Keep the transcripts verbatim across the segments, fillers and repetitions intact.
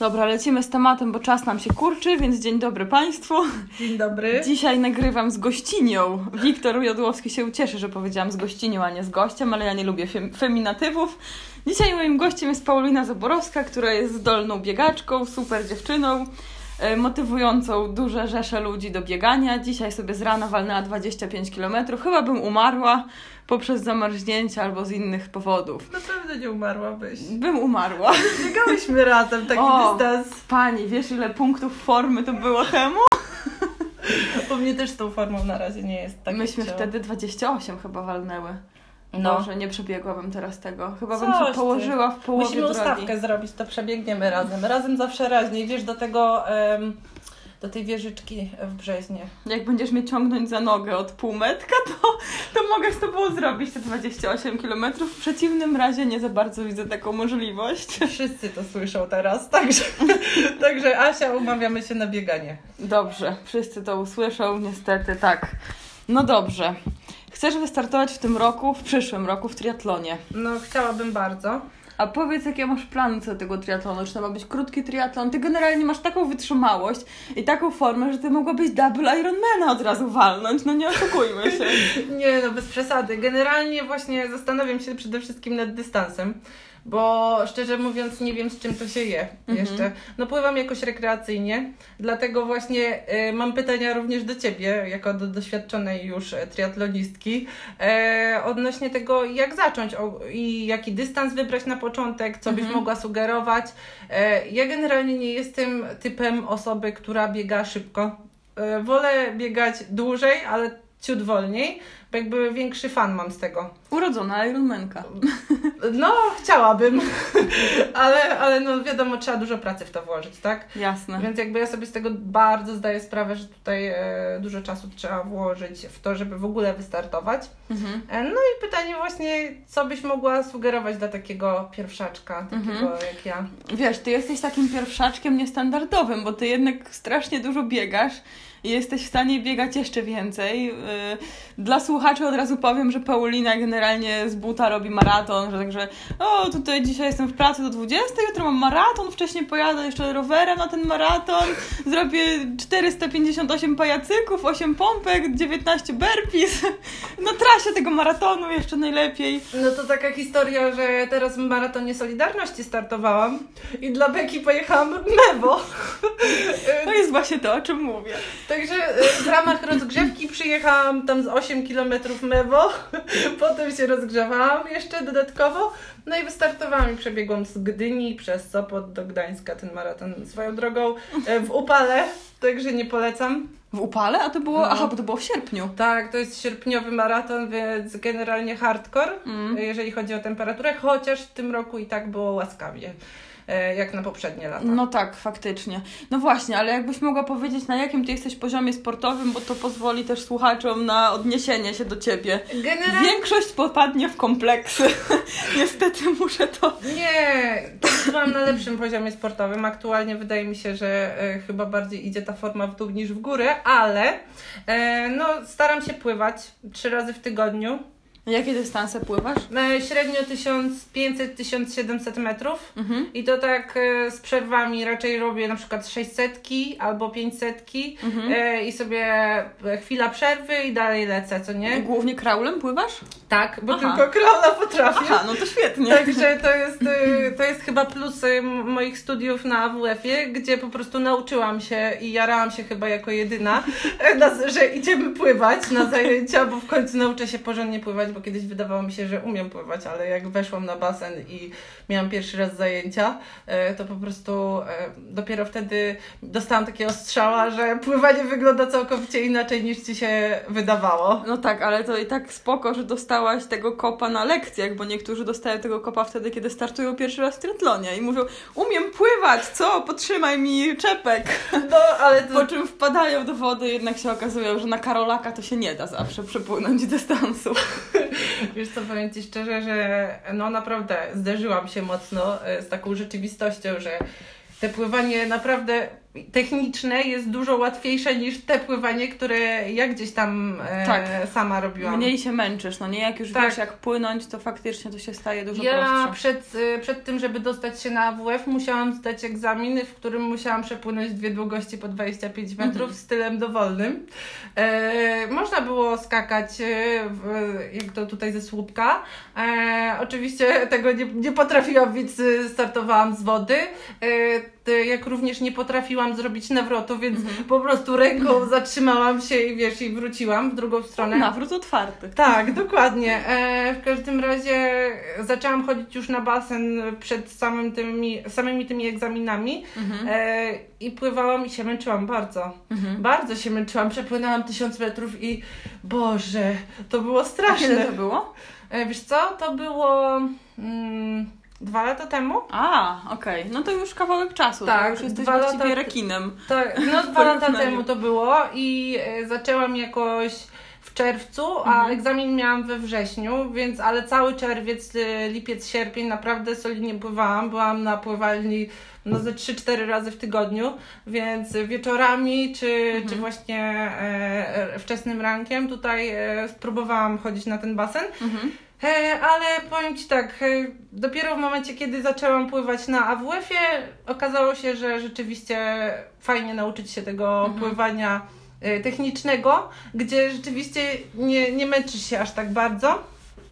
Dobra, lecimy z tematem, bo czas nam się kurczy, więc dzień dobry Państwu. Dzień dobry. Dzisiaj nagrywam z gościnią. Wiktor Jodłowski się ucieszy, że powiedziałam z gościnią, a nie z gościem, ale ja nie lubię fem- feminatywów. Dzisiaj moim gościem jest Paulina Zaborowska, która jest zdolną biegaczką, super dziewczyną, motywującą duże rzesze ludzi do biegania. Dzisiaj sobie z rana walnęła dwadzieścia pięć kilometrów. Chyba bym umarła poprzez zamarznięcie albo z innych powodów. Na pewno nie umarłabyś. Bym umarła. Biegałyśmy razem taki o, dystans. Pani, wiesz ile punktów formy to było temu? U mnie też z tą formą na razie nie jest tak. Myśmy wtedy dwadzieścia osiem chyba walnęły. No. Może nie przebiegłabym teraz tego. Chyba Coś bym się ty. położyła w połowie Musimy drogi. ustawkę zrobić, to przebiegniemy razem. Razem zawsze raźniej. Wiesz, do tego, um, do tej wieżyczki w Brzeźnie. Jak będziesz mnie ciągnąć za nogę od półmetka, to, to mogę z tobą zrobić te dwadzieścia osiem kilometrów. W przeciwnym razie nie za bardzo widzę taką możliwość. Wszyscy to słyszą teraz, także, także Asia, umawiamy się na bieganie. Dobrze, wszyscy to usłyszą, niestety tak. No dobrze. Chcesz wystartować w tym roku, w przyszłym roku w triatlonie. No, chciałabym bardzo. A powiedz, jakie masz plany co do tego triatlonu? Czy to ma być krótki triatlon? Ty generalnie masz taką wytrzymałość i taką formę, że ty mogłabyś double Ironmana od razu walnąć. No nie oszukujmy się. Nie, no bez przesady. Generalnie właśnie zastanawiam się przede wszystkim nad dystansem. Bo szczerze mówiąc nie wiem, z czym to się je mhm. jeszcze. No pływam jakoś rekreacyjnie, dlatego właśnie y, mam pytania również do Ciebie, jako do doświadczonej już triatlonistki, e, odnośnie tego, jak zacząć o, i jaki dystans wybrać na początek, co mhm. byś mogła sugerować. E, ja generalnie nie jestem typem osoby, która biega szybko. E, wolę biegać dłużej, ale ciut wolniej, bo jakby większy fan mam z tego. Urodzona Ironmanka. No, chciałabym, ale, ale no wiadomo, trzeba dużo pracy w to włożyć, tak? Jasne. Więc jakby ja sobie z tego bardzo zdaję sprawę, że tutaj e, dużo czasu trzeba włożyć w to, żeby w ogóle wystartować. Mhm. E, no i pytanie właśnie, co byś mogła sugerować dla takiego pierwszaczka, takiego mhm. jak ja? Wiesz, ty jesteś takim pierwszaczkiem niestandardowym, bo ty jednak strasznie dużo biegasz i jesteś w stanie biegać jeszcze więcej. Dla słuchaczy od razu powiem, że Paulina generalnie z buta robi maraton, że także o, tutaj dzisiaj jestem w pracy do dwudziestej, jutro mam maraton, wcześniej pojadę jeszcze rowerem na ten maraton, zrobię czterysta pięćdziesiąt osiem pajacyków, osiem pompek, dziewiętnaście burpees, na trasie tego maratonu jeszcze najlepiej. No to taka historia, że teraz w maratonie Solidarności startowałam i dla beki pojechałam Mewo. To jest właśnie to, o czym mówię. Także w ramach rozgrzewki przyjechałam tam z osiem kilometrów Mewo, potem się rozgrzewałam jeszcze dodatkowo, no i wystartowałam i przebiegłam z Gdyni przez Sopot do Gdańska ten maraton swoją drogą w upale, także nie polecam. W upale? A to było, no. Aha, bo to było w sierpniu. Tak, to jest sierpniowy maraton, więc generalnie hardcore, mm. jeżeli chodzi o temperaturę, chociaż w tym roku i tak było łaskawie. Jak na poprzednie lata. No tak, faktycznie. No właśnie, ale jakbyś mogła powiedzieć, na jakim ty jesteś poziomie sportowym, bo to pozwoli też słuchaczom na odniesienie się do ciebie. Generalnie... Większość popadnie w kompleksy. Niestety muszę to... Nie, byłam na lepszym poziomie sportowym. Aktualnie wydaje mi się, że e, chyba bardziej idzie ta forma w dół niż w górę, ale e, no staram się pływać trzy razy w tygodniu. Jakie dystanse pływasz? Średnio tysiąc pięćset do tysiąc siedemset metrów mhm. i to tak e, z przerwami raczej robię na przykład sześćsetki albo pięćsetki mhm. e, i sobie chwila przerwy i dalej lecę, co nie? Głównie kraulem pływasz? Tak, bo Aha. tylko kraula potrafię. Aha, no to świetnie. Także to jest, e, to jest chyba plus e, moich studiów na A W F-ie, gdzie po prostu nauczyłam się i jarałam się chyba jako jedyna, e, na, że idziemy pływać na zajęcia, bo w końcu nauczę się porządnie pływać, bo kiedyś wydawało mi się, że umiem pływać, ale jak weszłam na basen i miałam pierwszy raz zajęcia, to po prostu dopiero wtedy dostałam takiego strzała, że pływanie wygląda całkowicie inaczej niż ci się wydawało. No tak, ale to i tak spoko, że dostałaś tego kopa na lekcjach, bo niektórzy dostają tego kopa wtedy, kiedy startują pierwszy raz w triatlonie i mówią, umiem pływać, co? Potrzymaj mi czepek. No, ale to... Po czym wpadają do wody i jednak się okazują, że na Karolaka to się nie da zawsze przepłynąć dystansu. Wiesz co, powiem Ci szczerze, że no naprawdę zderzyłam się mocno z taką rzeczywistością, że te pływanie naprawdę techniczne jest dużo łatwiejsze niż te pływanie, które ja gdzieś tam e, tak. sama robiłam. Mniej się męczysz, no nie? Jak już tak. wiesz jak płynąć, to faktycznie to się staje dużo ja prostsze. Ja przed, przed tym, żeby dostać się na A W F musiałam zdać egzamin, w którym musiałam przepłynąć dwie długości po dwadzieścia pięć metrów mm-hmm. stylem dowolnym. E, można było skakać, w, jak to tutaj ze słupka. E, oczywiście tego nie, nie potrafiłam, więc startowałam z wody. E, jak również nie potrafiłam zrobić nawrotu, więc mm-hmm. po prostu ręką zatrzymałam się i wiesz, i wróciłam w drugą stronę. Nawrót otwarty. Tak, dokładnie. E, w każdym razie zaczęłam chodzić już na basen przed samym tymi, samymi tymi egzaminami mm-hmm. e, i pływałam i się męczyłam bardzo. Mm-hmm. Bardzo się męczyłam. Przepłynęłam tysiąc metrów i Boże, to było straszne. A kiedy to było? E, wiesz co, to było... Mm, Dwa lata temu? A, okej. Okay. No to już kawałek czasu. Tak, to już jesteś dwa właściwie lata... rekinem. Tak, no dwa lata temu to było i zaczęłam jakoś w czerwcu, a mhm. egzamin miałam we wrześniu, więc ale cały czerwiec, lipiec, sierpień naprawdę solidnie pływałam. Byłam na pływalni no ze trzy cztery razy w tygodniu, więc wieczorami czy, mhm. czy właśnie e, wczesnym rankiem tutaj e, spróbowałam chodzić na ten basen. Mhm. Ale powiem Ci tak, dopiero w momencie, kiedy zaczęłam pływać na A W F-ie, okazało się, że rzeczywiście fajnie nauczyć się tego mhm. pływania technicznego, gdzie rzeczywiście nie, nie męczysz się aż tak bardzo.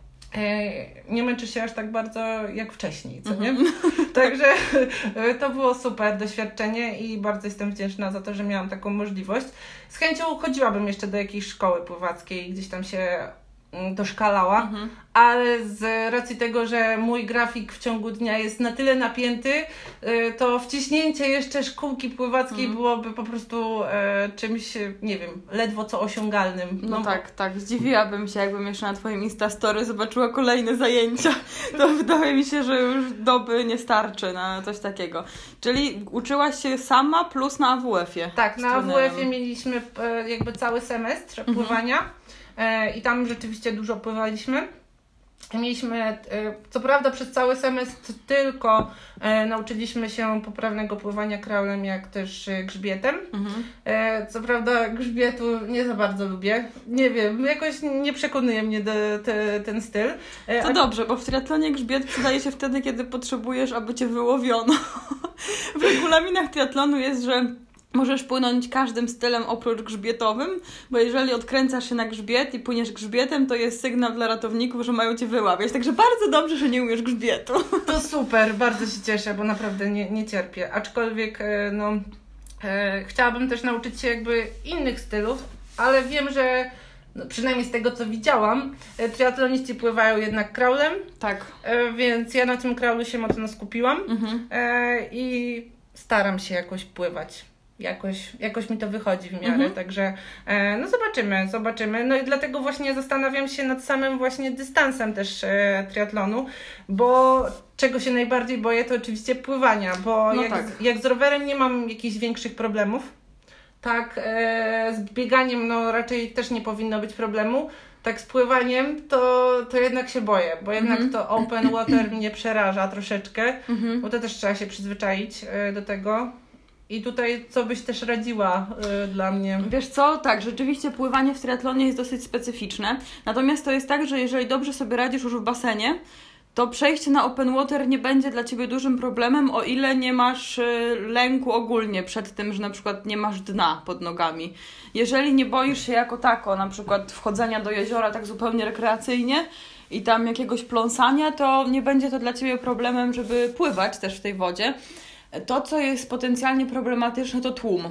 Nie męczysz się aż tak bardzo jak wcześniej, co nie? Mhm. Także to było super doświadczenie i bardzo jestem wdzięczna za to, że miałam taką możliwość. Z chęcią chodziłabym jeszcze do jakiejś szkoły pływackiej, gdzieś tam się doszkalała, mhm. ale z racji tego, że mój grafik w ciągu dnia jest na tyle napięty, to wciśnięcie jeszcze szkółki pływackiej mhm. byłoby po prostu e, czymś, nie wiem, ledwo co osiągalnym. No, no tak, bo... tak. Zdziwiłabym się, jakbym jeszcze na Twoim Instastory zobaczyła kolejne zajęcia. To wydaje mi się, że już doby nie starczy na coś takiego. Czyli uczyłaś się sama plus na A W F-ie. Tak, na A W F-ie mieliśmy jakby cały semestr mhm. pływania. I tam rzeczywiście dużo pływaliśmy. Mieliśmy, co prawda przez cały semestr tylko e, nauczyliśmy się poprawnego pływania kraulem, jak też grzbietem. Mhm. E, co prawda grzbietu nie za bardzo lubię. Nie wiem, jakoś nie przekonuje mnie do, te, ten styl. E, to a... dobrze, bo w triatlonie grzbiet przydaje się wtedy, kiedy potrzebujesz, aby Cię wyłowiono. W regulaminach triatlonu jest, że możesz płynąć każdym stylem oprócz grzbietowym, bo jeżeli odkręcasz się na grzbiet i płyniesz grzbietem, to jest sygnał dla ratowników, że mają Cię wyłapiać. Także bardzo dobrze, że nie umiesz grzbietu. To super, bardzo się cieszę, bo naprawdę nie, nie cierpię. Aczkolwiek no, e, chciałabym też nauczyć się jakby innych stylów, ale wiem, że no, przynajmniej z tego, co widziałam, triatloniści pływają jednak kraulem. Tak. E, więc ja na tym kraulu się mocno skupiłam mhm. e, i staram się jakoś pływać. Jakoś, jakoś mi to wychodzi w miarę, mhm. także e, no zobaczymy, zobaczymy. No i dlatego właśnie zastanawiam się nad samym właśnie dystansem też e, triatlonu, bo czego się najbardziej boję, to oczywiście pływania, bo no jak, tak. z, jak z rowerem nie mam jakichś większych problemów, tak e, z bieganiem no raczej też nie powinno być problemu, tak z pływaniem to, to jednak się boję, bo jednak mhm. to open water mnie przeraża troszeczkę, mhm. bo to też trzeba się przyzwyczaić e, do tego. I tutaj co byś też radziła y, dla mnie? Wiesz co, tak, rzeczywiście pływanie w triatlonie jest dosyć specyficzne. Natomiast to jest tak, że jeżeli dobrze sobie radzisz już w basenie, to przejście na open water nie będzie dla Ciebie dużym problemem, o ile nie masz y, lęku ogólnie przed tym, że na przykład nie masz dna pod nogami. Jeżeli nie boisz się jako tako, na przykład wchodzenia do jeziora tak zupełnie rekreacyjnie i tam jakiegoś pląsania, to nie będzie to dla Ciebie problemem, żeby pływać też w tej wodzie. To, co jest potencjalnie problematyczne, to tłum,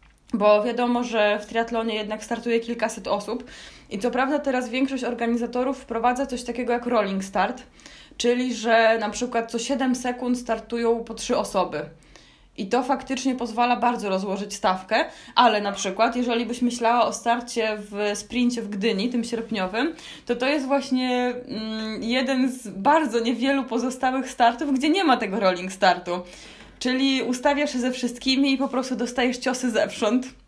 bo wiadomo, że w triatlonie jednak startuje kilkaset osób i co prawda teraz większość organizatorów wprowadza coś takiego jak rolling start, czyli że na przykład co siedem sekund startują po trzy osoby. I to faktycznie pozwala bardzo rozłożyć stawkę, ale na przykład jeżeli byś myślała o starcie w sprincie w Gdyni, tym sierpniowym, to to jest właśnie mm, jeden z bardzo niewielu pozostałych startów, gdzie nie ma tego rolling startu. Czyli ustawiasz się ze wszystkimi i po prostu dostajesz ciosy zewsząd.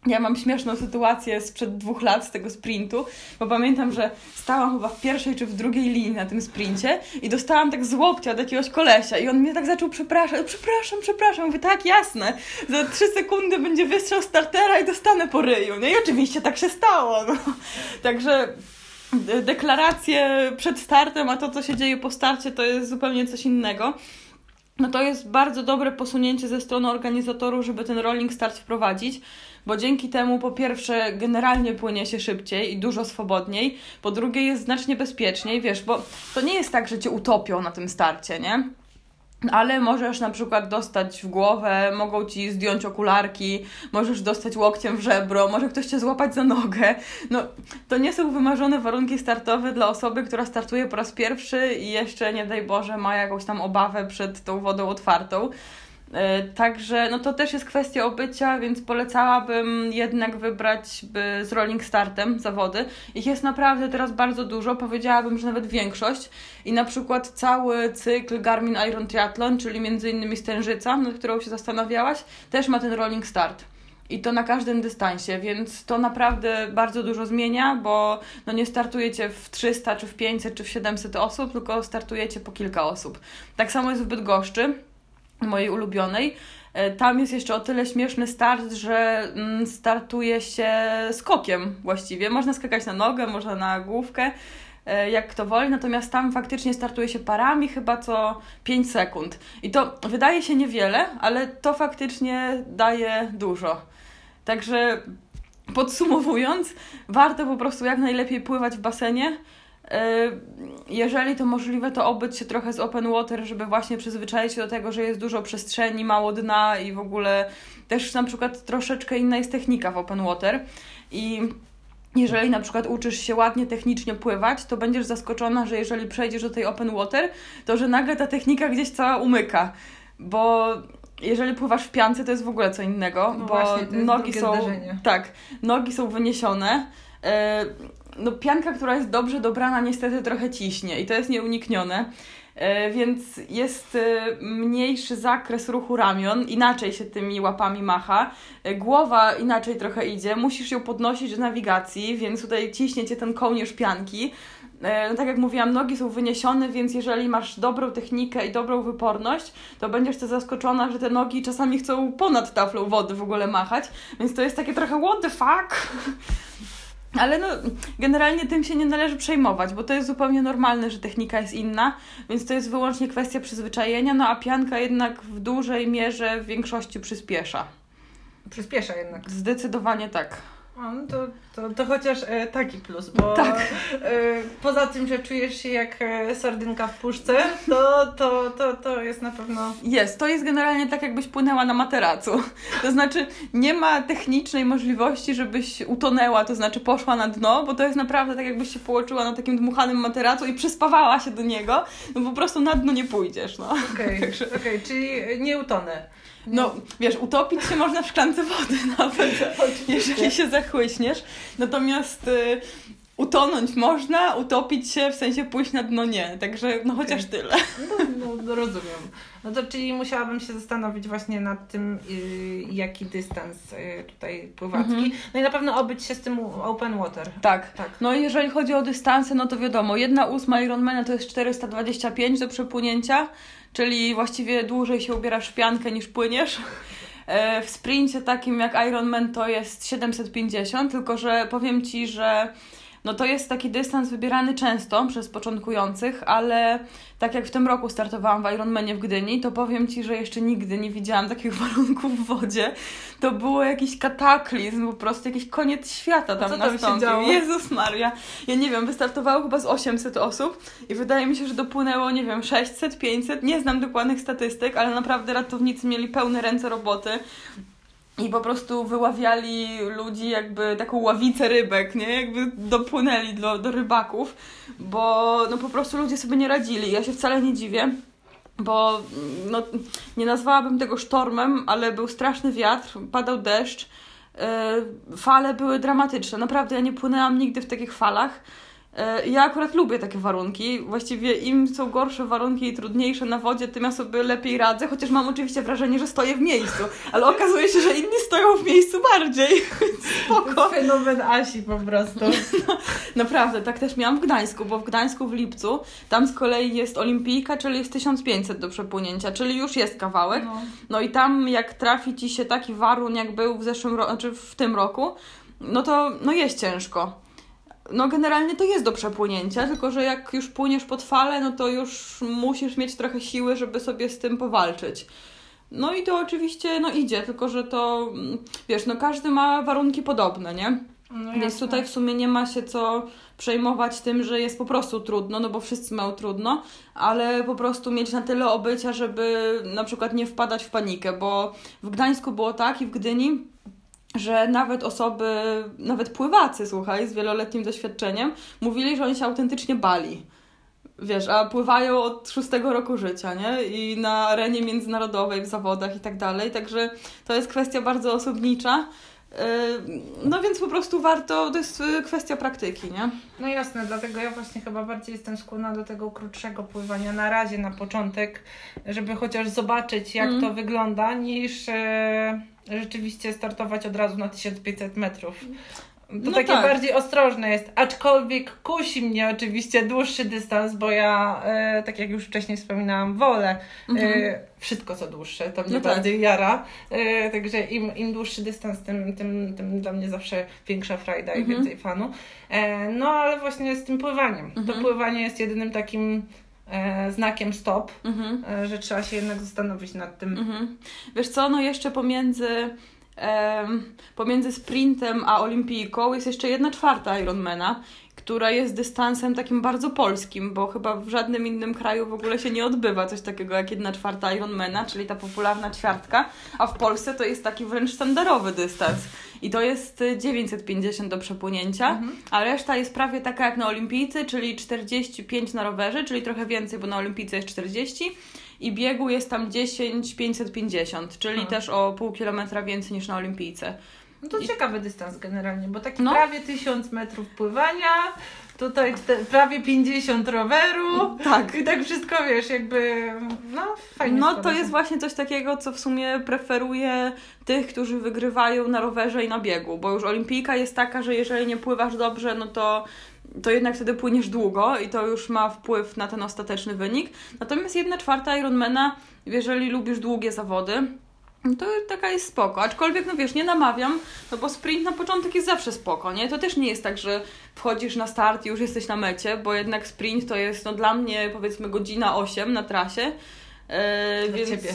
Ja mam śmieszną sytuację sprzed dwóch lat z tego sprintu, bo pamiętam, że stałam chyba w pierwszej czy w drugiej linii na tym sprincie i dostałam tak z łokcia od jakiegoś kolesia i on mnie tak zaczął przepraszać, przepraszam, przepraszam, mówię, tak, jasne, za trzy sekundy będzie wystrzał startera i dostanę po ryju. No i oczywiście tak się stało. No. Także deklaracje przed startem, a to, co się dzieje po starcie, to jest zupełnie coś innego. No to jest bardzo dobre posunięcie ze strony organizatorów, żeby ten rolling start wprowadzić, bo dzięki temu po pierwsze generalnie płynie się szybciej i dużo swobodniej, po drugie jest znacznie bezpieczniej, wiesz, bo to nie jest tak, że cię utopią na tym starcie, nie? Ale możesz na przykład dostać w głowę, mogą ci zdjąć okularki, możesz dostać łokciem w żebro, może ktoś cię złapać za nogę. No, to nie są wymarzone warunki startowe dla osoby, która startuje po raz pierwszy i jeszcze, nie daj Boże, ma jakąś tam obawę przed tą wodą otwartą. Także no to też jest kwestia obycia, więc polecałabym jednak wybrać by z rolling startem zawody. Ich jest naprawdę teraz bardzo dużo, powiedziałabym, że nawet większość. I na przykład cały cykl Garmin Iron Triathlon, czyli między innymi Stężyca, nad którą się zastanawiałaś, też ma ten rolling start. I to na każdym dystansie, więc to naprawdę bardzo dużo zmienia, bo no nie startujecie w trzysta, czy w pięćset, czy w siedemset osób, tylko startujecie po kilka osób. Tak samo jest w Bydgoszczy, mojej ulubionej. Tam jest jeszcze o tyle śmieszny start, że startuje się skokiem właściwie. Można skakać na nogę, można na główkę, jak kto woli, natomiast tam faktycznie startuje się parami chyba co pięć sekund. I to wydaje się niewiele, ale to faktycznie daje dużo. Także podsumowując, warto po prostu jak najlepiej pływać w basenie. Jeżeli to możliwe, to obyć się trochę z open water, żeby właśnie przyzwyczaić się do tego, że jest dużo przestrzeni, mało dna i w ogóle też na przykład troszeczkę inna jest technika w open water i jeżeli na przykład uczysz się ładnie technicznie pływać, to będziesz zaskoczona, że jeżeli przejdziesz do tej open water, to że nagle ta technika gdzieś cała umyka, bo jeżeli pływasz w piance, to jest w ogóle co innego, no bo właśnie, to jest nogi są zdarzenie. tak, nogi są wyniesione. No pianka, która jest dobrze dobrana, niestety trochę ciśnie i to jest nieuniknione, więc jest mniejszy zakres ruchu ramion, inaczej się tymi łapami macha, głowa inaczej trochę idzie, musisz ją podnosić do nawigacji, więc tutaj ciśnie cię ten kołnierz pianki. No tak jak mówiłam, nogi są wyniesione, więc jeżeli masz dobrą technikę i dobrą wyporność, to będziesz to zaskoczona, że te nogi czasami chcą ponad taflą wody w ogóle machać, więc to jest takie trochę what the fuck. Ale no, generalnie tym się nie należy przejmować, bo to jest zupełnie normalne, że technika jest inna, więc to jest wyłącznie kwestia przyzwyczajenia, no a pianka jednak w dużej mierze w większości przyspiesza. Przyspiesza jednak. Zdecydowanie tak. A, no to, to, to chociaż e, taki plus, bo tak. e, poza tym, że czujesz się jak e, sardynka w puszce, to, to, to, to jest na pewno... Jest, to jest generalnie tak, jakbyś płynęła na materacu. To znaczy nie ma technicznej możliwości, żebyś utonęła, to znaczy poszła na dno, bo to jest naprawdę tak, jakbyś się położyła na takim dmuchanym materacu i przyspawała się do niego, no po prostu na dno nie pójdziesz. No. Okej, okay, Także... okay, czyli nie utonę. No, wiesz, utopić się można w szklance wody nawet, jeżeli się zachłyśniesz. Natomiast y, utonąć można, utopić się, w sensie pójść na dno nie. Także no chociaż okay. tyle. No, no rozumiem. No to czyli musiałabym się zastanowić właśnie nad tym, y, jaki dystans y, tutaj pływacki. Mm-hmm. No i na pewno obyć się z tym open water. Tak. tak. No i jeżeli chodzi o dystanse, no to wiadomo, jedna ósma Ironmana to jest czterysta dwadzieścia pięć do przepłynięcia, czyli właściwie dłużej się ubierasz w piankę niż płyniesz. W sprincie takim jak Ironman to jest siedemset pięćdziesiąt, tylko że powiem Ci, że no to jest taki dystans wybierany często przez początkujących, ale tak jak w tym roku startowałam w Ironmanie w Gdyni, to powiem Ci, że jeszcze nigdy nie widziałam takich warunków w wodzie. To było jakiś kataklizm, po prostu jakiś koniec świata tam nastąpił. Jezus Maria. Ja nie wiem, wystartowało chyba z osiemset osób i wydaje mi się, że dopłynęło, nie wiem, sześćset, pięćset. Nie znam dokładnych statystyk, ale naprawdę ratownicy mieli pełne ręce roboty. I po prostu wyławiali ludzi jakby taką ławicę rybek, nie? Jakby dopłynęli do, do rybaków, bo no po prostu ludzie sobie nie radzili. Ja się wcale nie dziwię, bo no, nie nazwałabym tego sztormem, ale był straszny wiatr, padał deszcz, yy, fale były dramatyczne. Naprawdę ja nie płynęłam nigdy w takich falach Ja akurat lubię takie warunki. Właściwie im są gorsze warunki i trudniejsze na wodzie, tym ja sobie lepiej radzę, chociaż mam oczywiście wrażenie, że stoję w miejscu. Ale okazuje się, że inni stoją w miejscu bardziej. Spoko. Fenomen Asi po prostu. No, naprawdę, tak też miałam w Gdańsku, bo w Gdańsku w lipcu tam z kolei jest olimpijka, czyli jest tysiąc pięćset do przepłynięcia, czyli już jest kawałek. No, no i tam jak trafi ci się taki warun, jak był w zeszłym roku, znaczy w tym roku, no to no jest ciężko. No generalnie to jest do przepłynięcia, tylko że jak już płyniesz pod falę, no to już musisz mieć trochę siły, żeby sobie z tym powalczyć. No i to oczywiście no idzie, tylko że to, wiesz, no każdy ma warunki podobne, nie? No Więc tutaj w sumie nie ma się co przejmować tym, że jest po prostu trudno, no bo wszyscy mają trudno, ale po prostu mieć na tyle obycia, żeby na przykład nie wpadać w panikę, bo w Gdańsku było tak i w Gdyni, że nawet osoby, nawet pływacy, słuchaj, z wieloletnim doświadczeniem, mówili, że oni się autentycznie bali. Wiesz, a pływają od szóstego roku życia, nie? I na arenie międzynarodowej, w zawodach i tak dalej, także to jest kwestia bardzo osobnicza. No więc po prostu warto, to jest kwestia praktyki, nie? No jasne, dlatego ja właśnie chyba bardziej jestem skłonna do tego krótszego pływania na razie, na początek, żeby chociaż zobaczyć, jak mm. to wygląda, niż e, rzeczywiście startować od razu na tysiąc pięćset metrów. To no takie tak. bardziej ostrożne jest, aczkolwiek kusi mnie oczywiście dłuższy dystans, bo ja, e, tak jak już wcześniej wspominałam, wolę mhm. e, wszystko co dłuższe, to mnie no bardziej tak. jara, e, także im, im dłuższy dystans, tym, tym, tym dla mnie zawsze większa frajda mhm. i więcej fanu. E, no ale właśnie z tym pływaniem, mhm. to pływanie jest jedynym takim e, znakiem stop, mhm. e, że trzeba się jednak zastanowić nad tym. Mhm. Wiesz co, no jeszcze pomiędzy Um, pomiędzy sprintem a olimpijką jest jeszcze jedna czwarta Ironmana, która jest dystansem takim bardzo polskim, bo chyba w żadnym innym kraju w ogóle się nie odbywa coś takiego jak jedna czwarta Ironmana, czyli ta popularna ćwiartka, a w Polsce to jest taki wręcz sztandarowy dystans i to jest dziewięćset pięćdziesiąt do przepłynięcia, mhm. a reszta jest prawie taka jak na olimpijce, czyli czterdzieści pięć na rowerze, czyli trochę więcej, bo na olimpijce jest czterdzieści i biegu jest tam dziesięć pięćset pięćdziesiąt, czyli hmm. też o pół kilometra więcej niż na olimpijce. No to I... ciekawy dystans generalnie, bo taki no. prawie tysiąc metrów pływania, tutaj te, prawie pięćdziesiąt roweru tak. i tak wszystko, wiesz, jakby no fajnie. No to jest właśnie coś takiego, co w sumie preferuje tych, którzy wygrywają na rowerze i na biegu, bo już olimpijka jest taka, że jeżeli nie pływasz dobrze, no to to jednak wtedy płyniesz długo i to już ma wpływ na ten ostateczny wynik. Natomiast jedna czwarta Ironmana, jeżeli lubisz długie zawody, to taka jest spoko. Aczkolwiek, no wiesz, nie namawiam, no bo sprint na początek jest zawsze spoko, nie? To też nie jest tak, że wchodzisz na start i już jesteś na mecie, bo jednak sprint to jest, no dla mnie, powiedzmy, godzina osiem na trasie. Yy, dla więc... ciebie.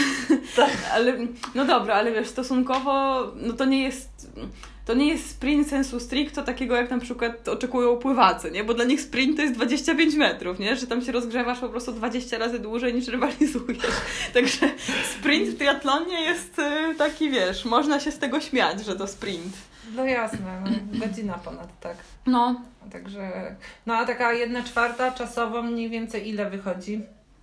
tak. ale, no dobra, ale wiesz, stosunkowo, no to nie jest... To nie jest sprint sensu stricto takiego, jak na przykład oczekują pływacy, nie? Bo dla nich sprint to jest dwadzieścia pięć metrów, nie? Że tam się rozgrzewasz po prostu dwadzieścia razy dłużej niż rywalizujesz. Także sprint w triatlonie jest taki, wiesz, można się z tego śmiać, że to sprint. No jasne, no, godzina ponad, tak. No. Także, no a taka jedna czwarta czasowo mniej więcej ile wychodzi?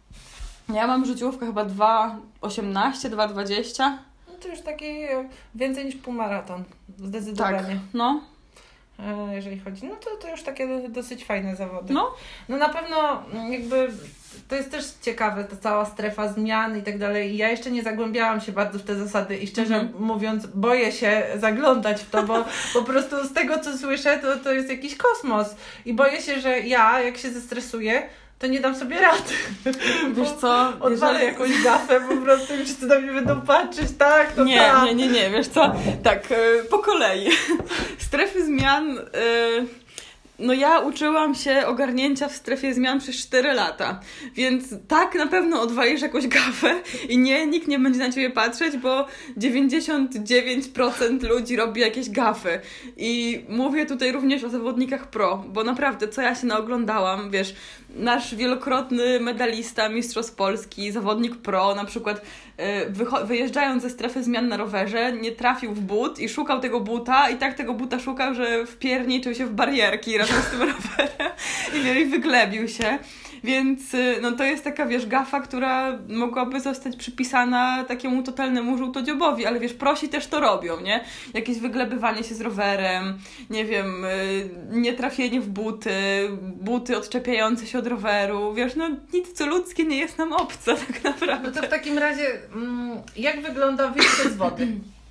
Ja mam życiówkę chyba dwa osiemnaście, dwa dwadzieścia. To już taki więcej niż półmaraton, zdecydowanie. Tak, no. Jeżeli chodzi, no to, to już takie dosyć fajne zawody. No. No na pewno jakby to jest też ciekawe, ta cała strefa zmian i tak dalej. Ja jeszcze nie zagłębiałam się bardzo w te zasady i szczerze mm-hmm. mówiąc boję się zaglądać w to, bo po prostu z tego co słyszę to, to jest jakiś kosmos i boję się, że ja jak się zestresuję, to nie dam sobie rady. Wiesz co? Odwalę jeżeli... jakąś gafę, po prostu i wszyscy na mnie będą patrzeć, tak, to nie, tak. Nie, nie, nie, wiesz co? Tak, yy, po kolei. Strefy zmian... Yy... No ja uczyłam się ogarnięcia w strefie zmian przez cztery lata, więc tak na pewno odwalisz jakąś gafę i nie, nikt nie będzie na ciebie patrzeć, bo dziewięćdziesiąt dziewięć procent ludzi robi jakieś gafy i mówię tutaj również o zawodnikach pro, bo naprawdę co ja się naoglądałam, wiesz, nasz wielokrotny medalista, mistrzostw Polski, zawodnik pro, na przykład wycho- wyjeżdżając ze strefy zmian na rowerze, nie trafił w but i szukał tego buta i tak tego buta szukał, że wpierniczył się w barierki razem z tym rowerem i, i wyglebił się. Więc no to jest taka, wiesz, gafa, która mogłaby zostać przypisana takiemu totalnemu żółtodziobowi, ale wiesz, prosi też to robią, nie? Jakieś wyglebywanie się z rowerem, nie wiem, nietrafienie w buty, buty odczepiające się od roweru, wiesz, no nic co ludzkie nie jest nam obce tak naprawdę. No to w takim razie, jak wygląda wyjście z wody?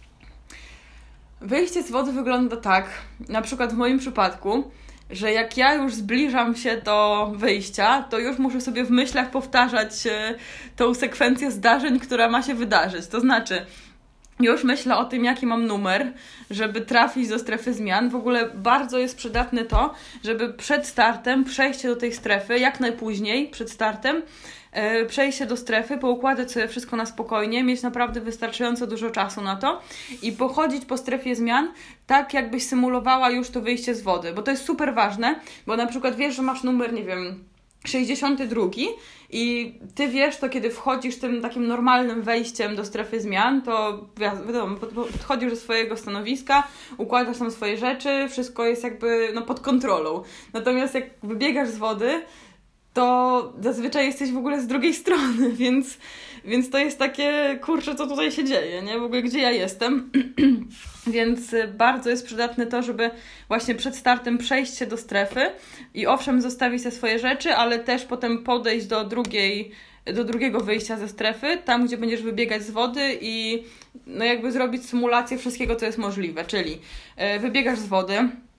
Wyjście z wody wygląda tak, na przykład w moim przypadku, że jak ja już zbliżam się do wyjścia, to już muszę sobie w myślach powtarzać tą sekwencję zdarzeń, która ma się wydarzyć. To znaczy, już myślę o tym, jaki mam numer, żeby trafić do strefy zmian. W ogóle bardzo jest przydatne to, żeby przed startem przejście do tej strefy, jak najpóźniej przed startem, yy, przejście do strefy, poukładać sobie wszystko na spokojnie, mieć naprawdę wystarczająco dużo czasu na to i pochodzić po strefie zmian tak, jakbyś symulowała już to wyjście z wody, bo to jest super ważne, bo na przykład wiesz, że masz numer, nie wiem, sześćdziesiąty drugi i ty wiesz to, kiedy wchodzisz tym takim normalnym wejściem do strefy zmian, to wiadomo, podchodzisz do swojego stanowiska, układasz tam swoje rzeczy, wszystko jest jakby no, pod kontrolą. Natomiast jak wybiegasz z wody, to zazwyczaj jesteś w ogóle z drugiej strony, więc, więc to jest takie, kurczę, co tutaj się dzieje, nie? W ogóle gdzie ja jestem. Więc bardzo jest przydatne to, żeby właśnie przed startem przejść się do strefy i owszem zostawić te swoje rzeczy, ale też potem podejść do drugiej, do drugiego wyjścia ze strefy, tam gdzie będziesz wybiegać z wody i no jakby zrobić symulację wszystkiego, co jest możliwe, czyli wybiegasz z wody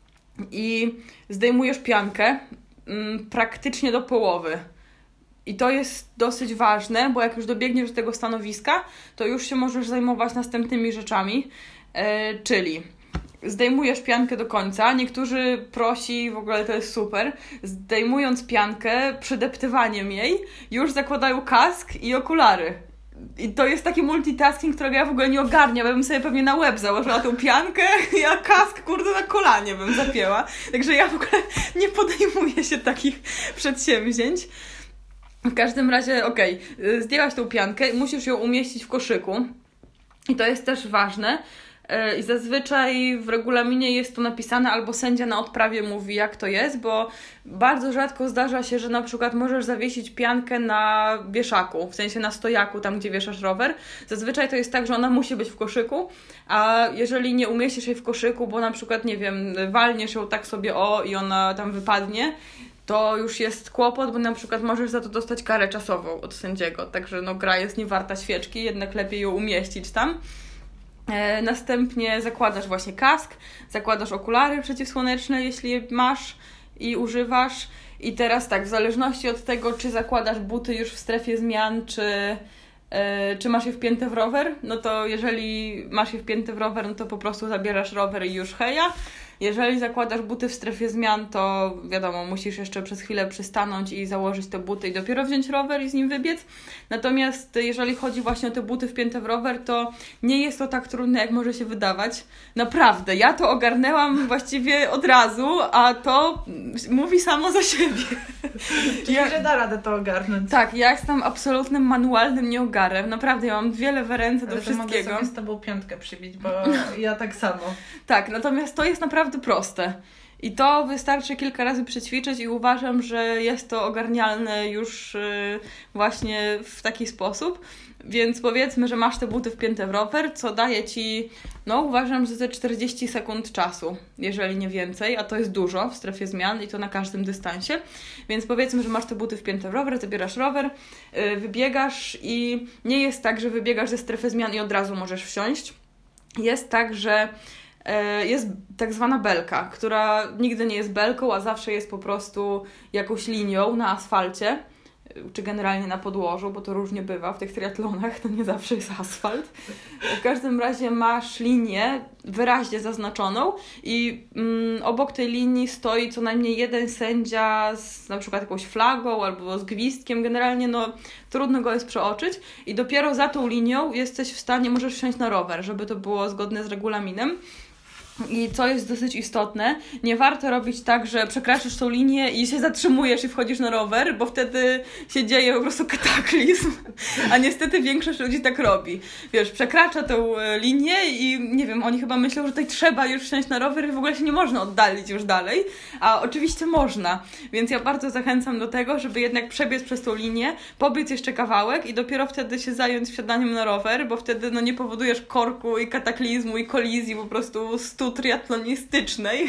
i zdejmujesz piankę m, praktycznie do połowy. I to jest dosyć ważne, bo jak już dobiegniesz do tego stanowiska, to już się możesz zajmować następnymi rzeczami, e, czyli zdejmujesz piankę do końca. Niektórzy prosi, w ogóle to jest super, zdejmując piankę, przydeptywaniem jej, już zakładają kask i okulary. I to jest taki multitasking, którego ja w ogóle nie ogarniam. Ja bym sobie pewnie na łeb założyła tą piankę, ja kask, kurde, na kolanie bym zapięła. Także ja w ogóle nie podejmuję się takich przedsięwzięć. W każdym razie, okej, okay, zdjęłaś tą piankę i musisz ją umieścić w koszyku. I to jest też ważne. I zazwyczaj w regulaminie jest to napisane, albo sędzia na odprawie mówi, jak to jest, bo bardzo rzadko zdarza się, że na przykład możesz zawiesić piankę na wieszaku, w sensie na stojaku, tam gdzie wieszasz rower. Zazwyczaj to jest tak, że ona musi być w koszyku, a jeżeli nie umieścisz jej w koszyku, bo na przykład, nie wiem, walniesz ją tak sobie o i ona tam wypadnie, to już jest kłopot, bo na przykład możesz za to dostać karę czasową od sędziego. Także no, gra jest nie warta świeczki, jednak lepiej ją umieścić tam. E, następnie zakładasz właśnie kask, zakładasz okulary przeciwsłoneczne, jeśli je masz i używasz. I teraz tak, w zależności od tego, czy zakładasz buty już w strefie zmian, czy, e, czy masz je wpięte w rower, no to jeżeli masz je wpięte w rower, no to po prostu zabierasz rower i już heja. Jeżeli zakładasz buty w strefie zmian, to wiadomo, musisz jeszcze przez chwilę przystanąć i założyć te buty i dopiero wziąć rower i z nim wybiec. Natomiast jeżeli chodzi właśnie o te buty wpięte w rower, to nie jest to tak trudne, jak może się wydawać. Naprawdę, ja to ogarnęłam właściwie od razu, a to mówi samo za siebie. Czyli, ja, że da radę to ogarnąć. Tak, ja jestem absolutnym manualnym nieogarem. Naprawdę, ja mam wiele w ręce do Ale wszystkiego. Mogę sobie z tobą piątkę przybić, bo ja tak samo. Tak, natomiast to jest naprawdę proste. I to wystarczy kilka razy przećwiczyć i uważam, że jest to ogarnialne już właśnie w taki sposób. Więc powiedzmy, że masz te buty wpięte w rower, co daje Ci, no uważam, że ze czterdzieści sekund czasu, jeżeli nie więcej, a to jest dużo w strefie zmian i to na każdym dystansie. Więc powiedzmy, że masz te buty wpięte w rower, zabierasz rower, wybiegasz i nie jest tak, że wybiegasz ze strefy zmian i od razu możesz wsiąść. Jest tak, że jest tak zwana belka, która nigdy nie jest belką, a zawsze jest po prostu jakąś linią na asfalcie, czy generalnie na podłożu, bo to różnie bywa w tych triatlonach, to nie zawsze jest asfalt. W każdym razie masz linię wyraźnie zaznaczoną i mm, obok tej linii stoi co najmniej jeden sędzia z na przykład jakąś flagą albo z gwizdkiem, generalnie no trudno go jest przeoczyć i dopiero za tą linią jesteś w stanie, możesz wsiąść na rower, żeby to było zgodne z regulaminem. I co jest dosyć istotne, nie warto robić tak, że przekraczasz tą linię i się zatrzymujesz i wchodzisz na rower, bo wtedy się dzieje po prostu kataklizm, a niestety większość ludzi tak robi. Wiesz, przekracza tą linię i nie wiem, oni chyba myślą, że tutaj trzeba już wsiąść na rower i w ogóle się nie można oddalić już dalej, a oczywiście można, więc ja bardzo zachęcam do tego, żeby jednak przebiec przez tą linię, pobiec jeszcze kawałek i dopiero wtedy się zająć wsiadaniem na rower, bo wtedy no nie powodujesz korku i kataklizmu i kolizji po prostu stu triatlonistycznej.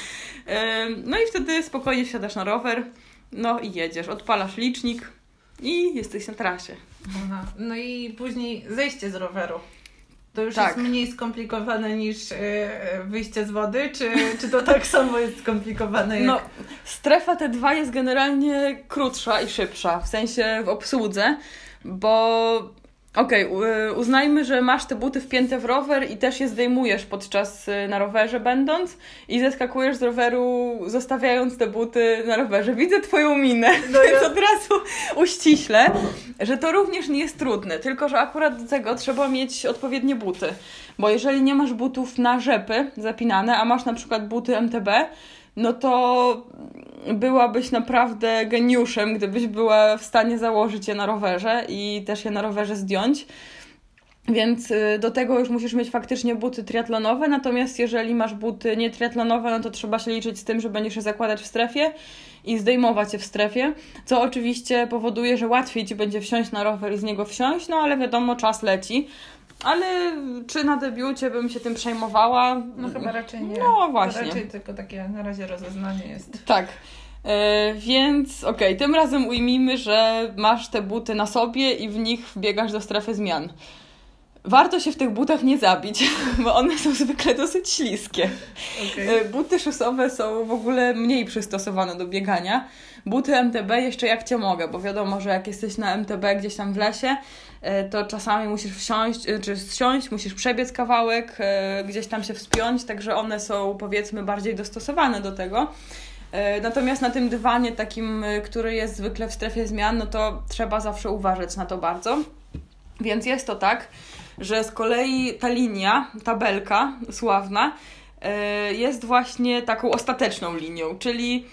No i wtedy spokojnie wsiadasz na rower, no i jedziesz, odpalasz licznik i jesteś na trasie. Aha. No i później zejście z roweru. To już tak. jest mniej skomplikowane niż yy, wyjście z wody, czy, czy to tak samo jest skomplikowane jak... No, strefa T dwa jest generalnie krótsza i szybsza, w sensie w obsłudze, bo okej, okay, uznajmy, że masz te buty wpięte w rower i też je zdejmujesz podczas na rowerze będąc i zeskakujesz z roweru zostawiając te buty na rowerze. Widzę twoją minę, no więc ja... od razu uściślę, że to również nie jest trudne, tylko że akurat do tego trzeba mieć odpowiednie buty, bo jeżeli nie masz butów na rzepy zapinane, a masz na przykład buty M T B, no to byłabyś naprawdę geniuszem, gdybyś była w stanie założyć je na rowerze i też je na rowerze zdjąć. Więc do tego już musisz mieć faktycznie buty triatlonowe, natomiast jeżeli masz buty nietriatlonowe, no to trzeba się liczyć z tym, że będziesz je zakładać w strefie i zdejmować je w strefie, co oczywiście powoduje, że łatwiej Ci będzie wsiąść na rower i z niego wsiąść, no ale wiadomo, czas leci. Ale czy na debiucie bym się tym przejmowała? No chyba raczej nie. No właśnie. To raczej tylko takie na razie rozeznanie jest. Tak. Yy, więc okej, okay, tym razem ujmijmy, że masz te buty na sobie i w nich wbiegasz do strefy zmian. Warto się w tych butach nie zabić, bo one są zwykle dosyć śliskie. Okay. Buty szosowe są w ogóle mniej przystosowane do biegania. Buty M T B jeszcze jak Cię mogę, bo wiadomo, że jak jesteś na M T B gdzieś tam w lesie, to czasami musisz wsiąść, czy zsiąść, musisz przebiec kawałek, gdzieś tam się wspiąć, także one są powiedzmy bardziej dostosowane do tego. Natomiast na tym dywanie takim, który jest zwykle w strefie zmian, no to trzeba zawsze uważać na to bardzo. Więc jest to tak, że z kolei ta linia, tabelka sławna, jest właśnie taką ostateczną linią, czyli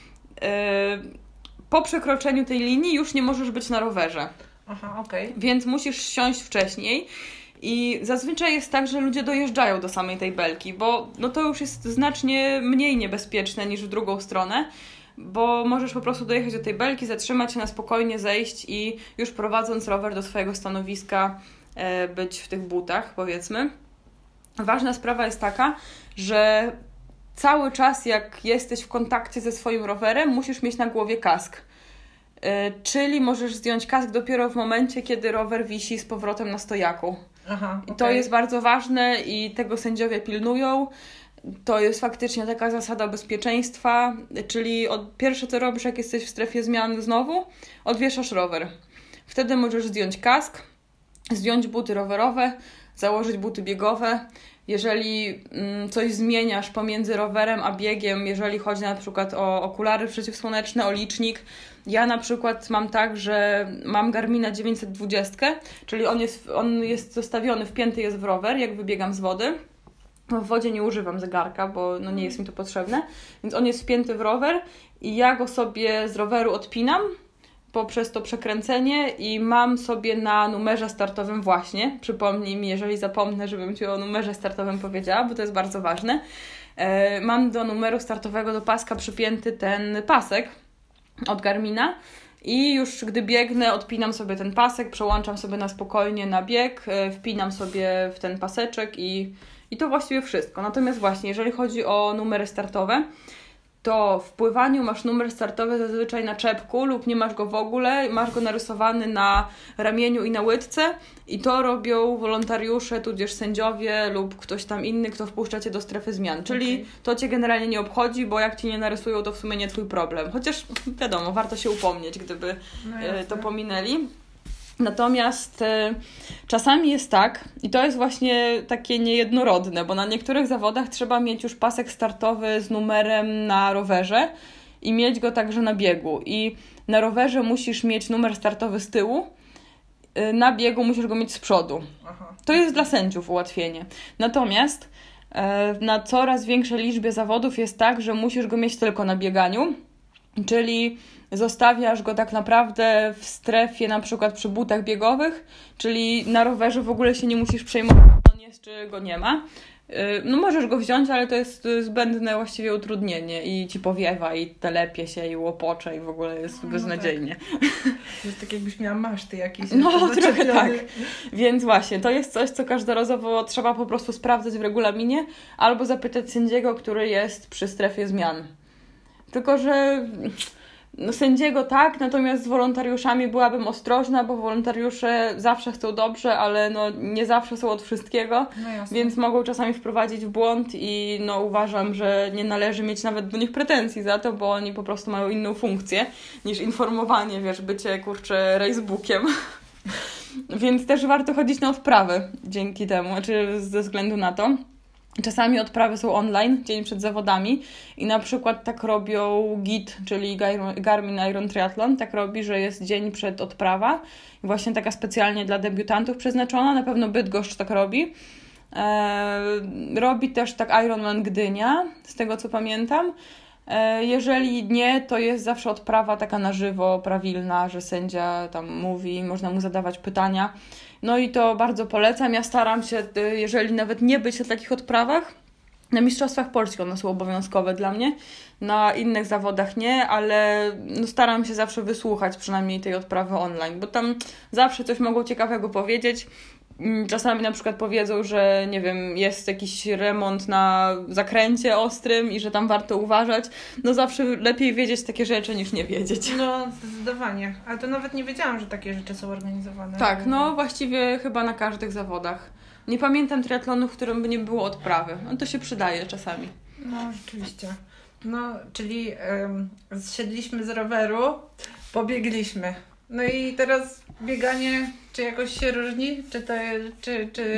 po przekroczeniu tej linii już nie możesz być na rowerze. Aha, okej. Okay. Więc musisz siąść wcześniej i zazwyczaj jest tak, że ludzie dojeżdżają do samej tej belki, bo no to już jest znacznie mniej niebezpieczne niż w drugą stronę, bo możesz po prostu dojechać do tej belki, zatrzymać się na spokojnie, zejść i już prowadząc rower do swojego stanowiska e, być w tych butach, powiedzmy. Ważna sprawa jest taka, że cały czas jak jesteś w kontakcie ze swoim rowerem, musisz mieć na głowie kask. Czyli możesz zdjąć kask dopiero w momencie, kiedy rower wisi z powrotem na stojaku. Aha, I okay. to jest bardzo ważne i tego sędziowie pilnują. To jest faktycznie taka zasada bezpieczeństwa, czyli od, pierwsze co robisz, jak jesteś w strefie zmian znowu, odwieszasz rower. Wtedy możesz zdjąć kask, zdjąć buty rowerowe, założyć buty biegowe. Jeżeli mm, coś zmieniasz pomiędzy rowerem a biegiem, jeżeli chodzi na przykład o okulary przeciwsłoneczne, o licznik, ja na przykład mam tak, że mam Garmina dziewięćset dwadzieścia, czyli on jest, on jest zostawiony, wpięty jest w rower, jak wybiegam z wody. W wodzie nie używam zegarka, bo no nie jest mi to potrzebne, więc on jest wpięty w rower i ja go sobie z roweru odpinam poprzez to przekręcenie i mam sobie na numerze startowym właśnie, przypomnij mi, jeżeli zapomnę, żebym Ci o numerze startowym powiedziała, bo to jest bardzo ważne, e, mam do numeru startowego, do paska przypięty ten pasek od Garmina i już gdy biegnę, odpinam sobie ten pasek, przełączam sobie na spokojnie na bieg, e, wpinam sobie w ten paseczek i, i to właściwie wszystko. Natomiast właśnie, jeżeli chodzi o numery startowe, to w pływaniu masz numer startowy zazwyczaj na czepku lub nie masz go w ogóle, masz go narysowany na ramieniu i na łydce i to robią wolontariusze, tudzież sędziowie lub ktoś tam inny, kto wpuszcza Cię do strefy zmian. Czyli okay. To Cię generalnie nie obchodzi, bo jak Ci nie narysują, to w sumie nie Twój problem. Chociaż wiadomo, warto się upomnieć, gdyby no to pominęli. Natomiast y, czasami jest tak, i to jest właśnie takie niejednorodne, bo na niektórych zawodach trzeba mieć już pasek startowy z numerem na rowerze i mieć go także na biegu. I na rowerze musisz mieć numer startowy z tyłu, y, na biegu musisz go mieć z przodu. Aha. To jest dla sędziów ułatwienie. Natomiast Na coraz większej liczbie zawodów jest tak, że musisz go mieć tylko na bieganiu, czyli zostawiasz go tak naprawdę w strefie na przykład przy butach biegowych, czyli na rowerze w ogóle się nie musisz przejmować, on jest czy go nie ma. No możesz go wziąć, ale to jest zbędne właściwie utrudnienie i ci powiewa i telepie się i łopocze i w ogóle jest no, beznadziejnie. No tak. Jest tak jakbyś miała maszty jakieś. No trochę tak. Więc właśnie, to jest coś, co każdorazowo trzeba po prostu sprawdzać w regulaminie albo zapytać sędziego, który jest przy strefie zmian. Tylko, że no, sędziego tak, natomiast z wolontariuszami byłabym ostrożna, bo wolontariusze zawsze chcą dobrze, ale no, nie zawsze są od wszystkiego, no więc mogą czasami wprowadzić w błąd i no, uważam, że nie należy mieć nawet do nich pretensji za to, bo oni po prostu mają inną funkcję niż informowanie, wiesz, bycie, kurczę, racebookiem. Więc też warto chodzić na odprawy dzięki temu, znaczy ze względu na to. Czasami odprawy są online, dzień przed zawodami i na przykład tak robią G I T, czyli Garmin Iron Triathlon, tak robi, że jest dzień przed odprawa, właśnie taka specjalnie dla debiutantów przeznaczona, na pewno Bydgoszcz tak robi. Eee, robi też tak Ironman Gdynia, z tego co pamiętam. Eee, jeżeli nie, to jest zawsze odprawa taka na żywo, prawilna, że sędzia tam mówi, można mu zadawać pytania. No i to bardzo polecam. Ja staram się, jeżeli nawet nie być na takich odprawach, na Mistrzostwach Polski one są obowiązkowe dla mnie, na innych zawodach nie, ale no staram się zawsze wysłuchać przynajmniej tej odprawy online, bo tam zawsze coś mogą ciekawego powiedzieć. Czasami na przykład powiedzą, że nie wiem, jest jakiś remont na zakręcie ostrym i że tam warto uważać. No zawsze lepiej wiedzieć takie rzeczy niż nie wiedzieć. No zdecydowanie. Ale to nawet nie wiedziałam, że takie rzeczy są organizowane. Tak, no właściwie chyba na każdych zawodach. Nie pamiętam triatlonu, w którym by nie było odprawy. No to się przydaje czasami. No rzeczywiście. No, czyli um, zsiedliśmy z roweru, pobiegliśmy. No i teraz bieganie, czy jakoś się różni? Czy to, czy, czy...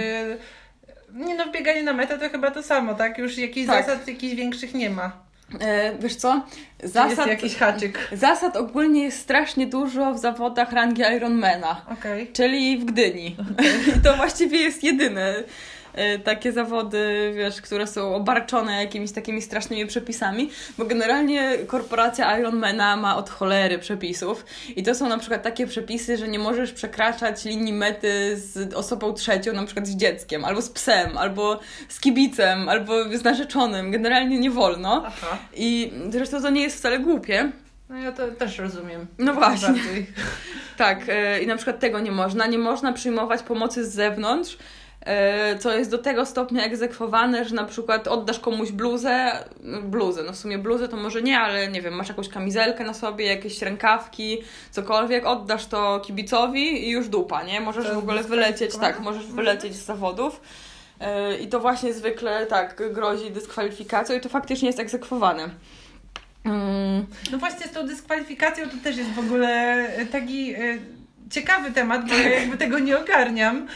Nie no, bieganie na metę to chyba to samo, tak? Już jakichś tak. zasad jakichś większych nie ma. E, wiesz co? Zasad, jest jakiś haczyk. Zasad ogólnie jest strasznie dużo w zawodach rangi Ironmana, okay. czyli w Gdyni. Okay. I to właściwie jest jedyne takie zawody, wiesz, które są obarczone jakimiś takimi strasznymi przepisami, bo generalnie korporacja Ironmana ma od cholery przepisów i to są na przykład takie przepisy, że nie możesz przekraczać linii mety z osobą trzecią, na przykład z dzieckiem, albo z psem, albo z kibicem, albo z narzeczonym. Generalnie nie wolno. Aha. I zresztą to nie jest wcale głupie. No ja to też rozumiem. No właśnie. Tak, i na przykład tego nie można. Nie można przyjmować pomocy z zewnątrz, co jest do tego stopnia egzekwowane, że na przykład oddasz komuś bluzę, bluzę, no w sumie bluzę to może nie, ale nie wiem, masz jakąś kamizelkę na sobie, jakieś rękawki, cokolwiek, oddasz to kibicowi i już dupa, nie? Możesz w ogóle wylecieć, tak, możesz wylecieć z zawodów i to właśnie zwykle tak grozi dyskwalifikacją i to faktycznie jest egzekwowane. Mm. No właśnie z tą dyskwalifikacją to też jest w ogóle taki ciekawy temat, bo ja jakby tego nie ogarniam.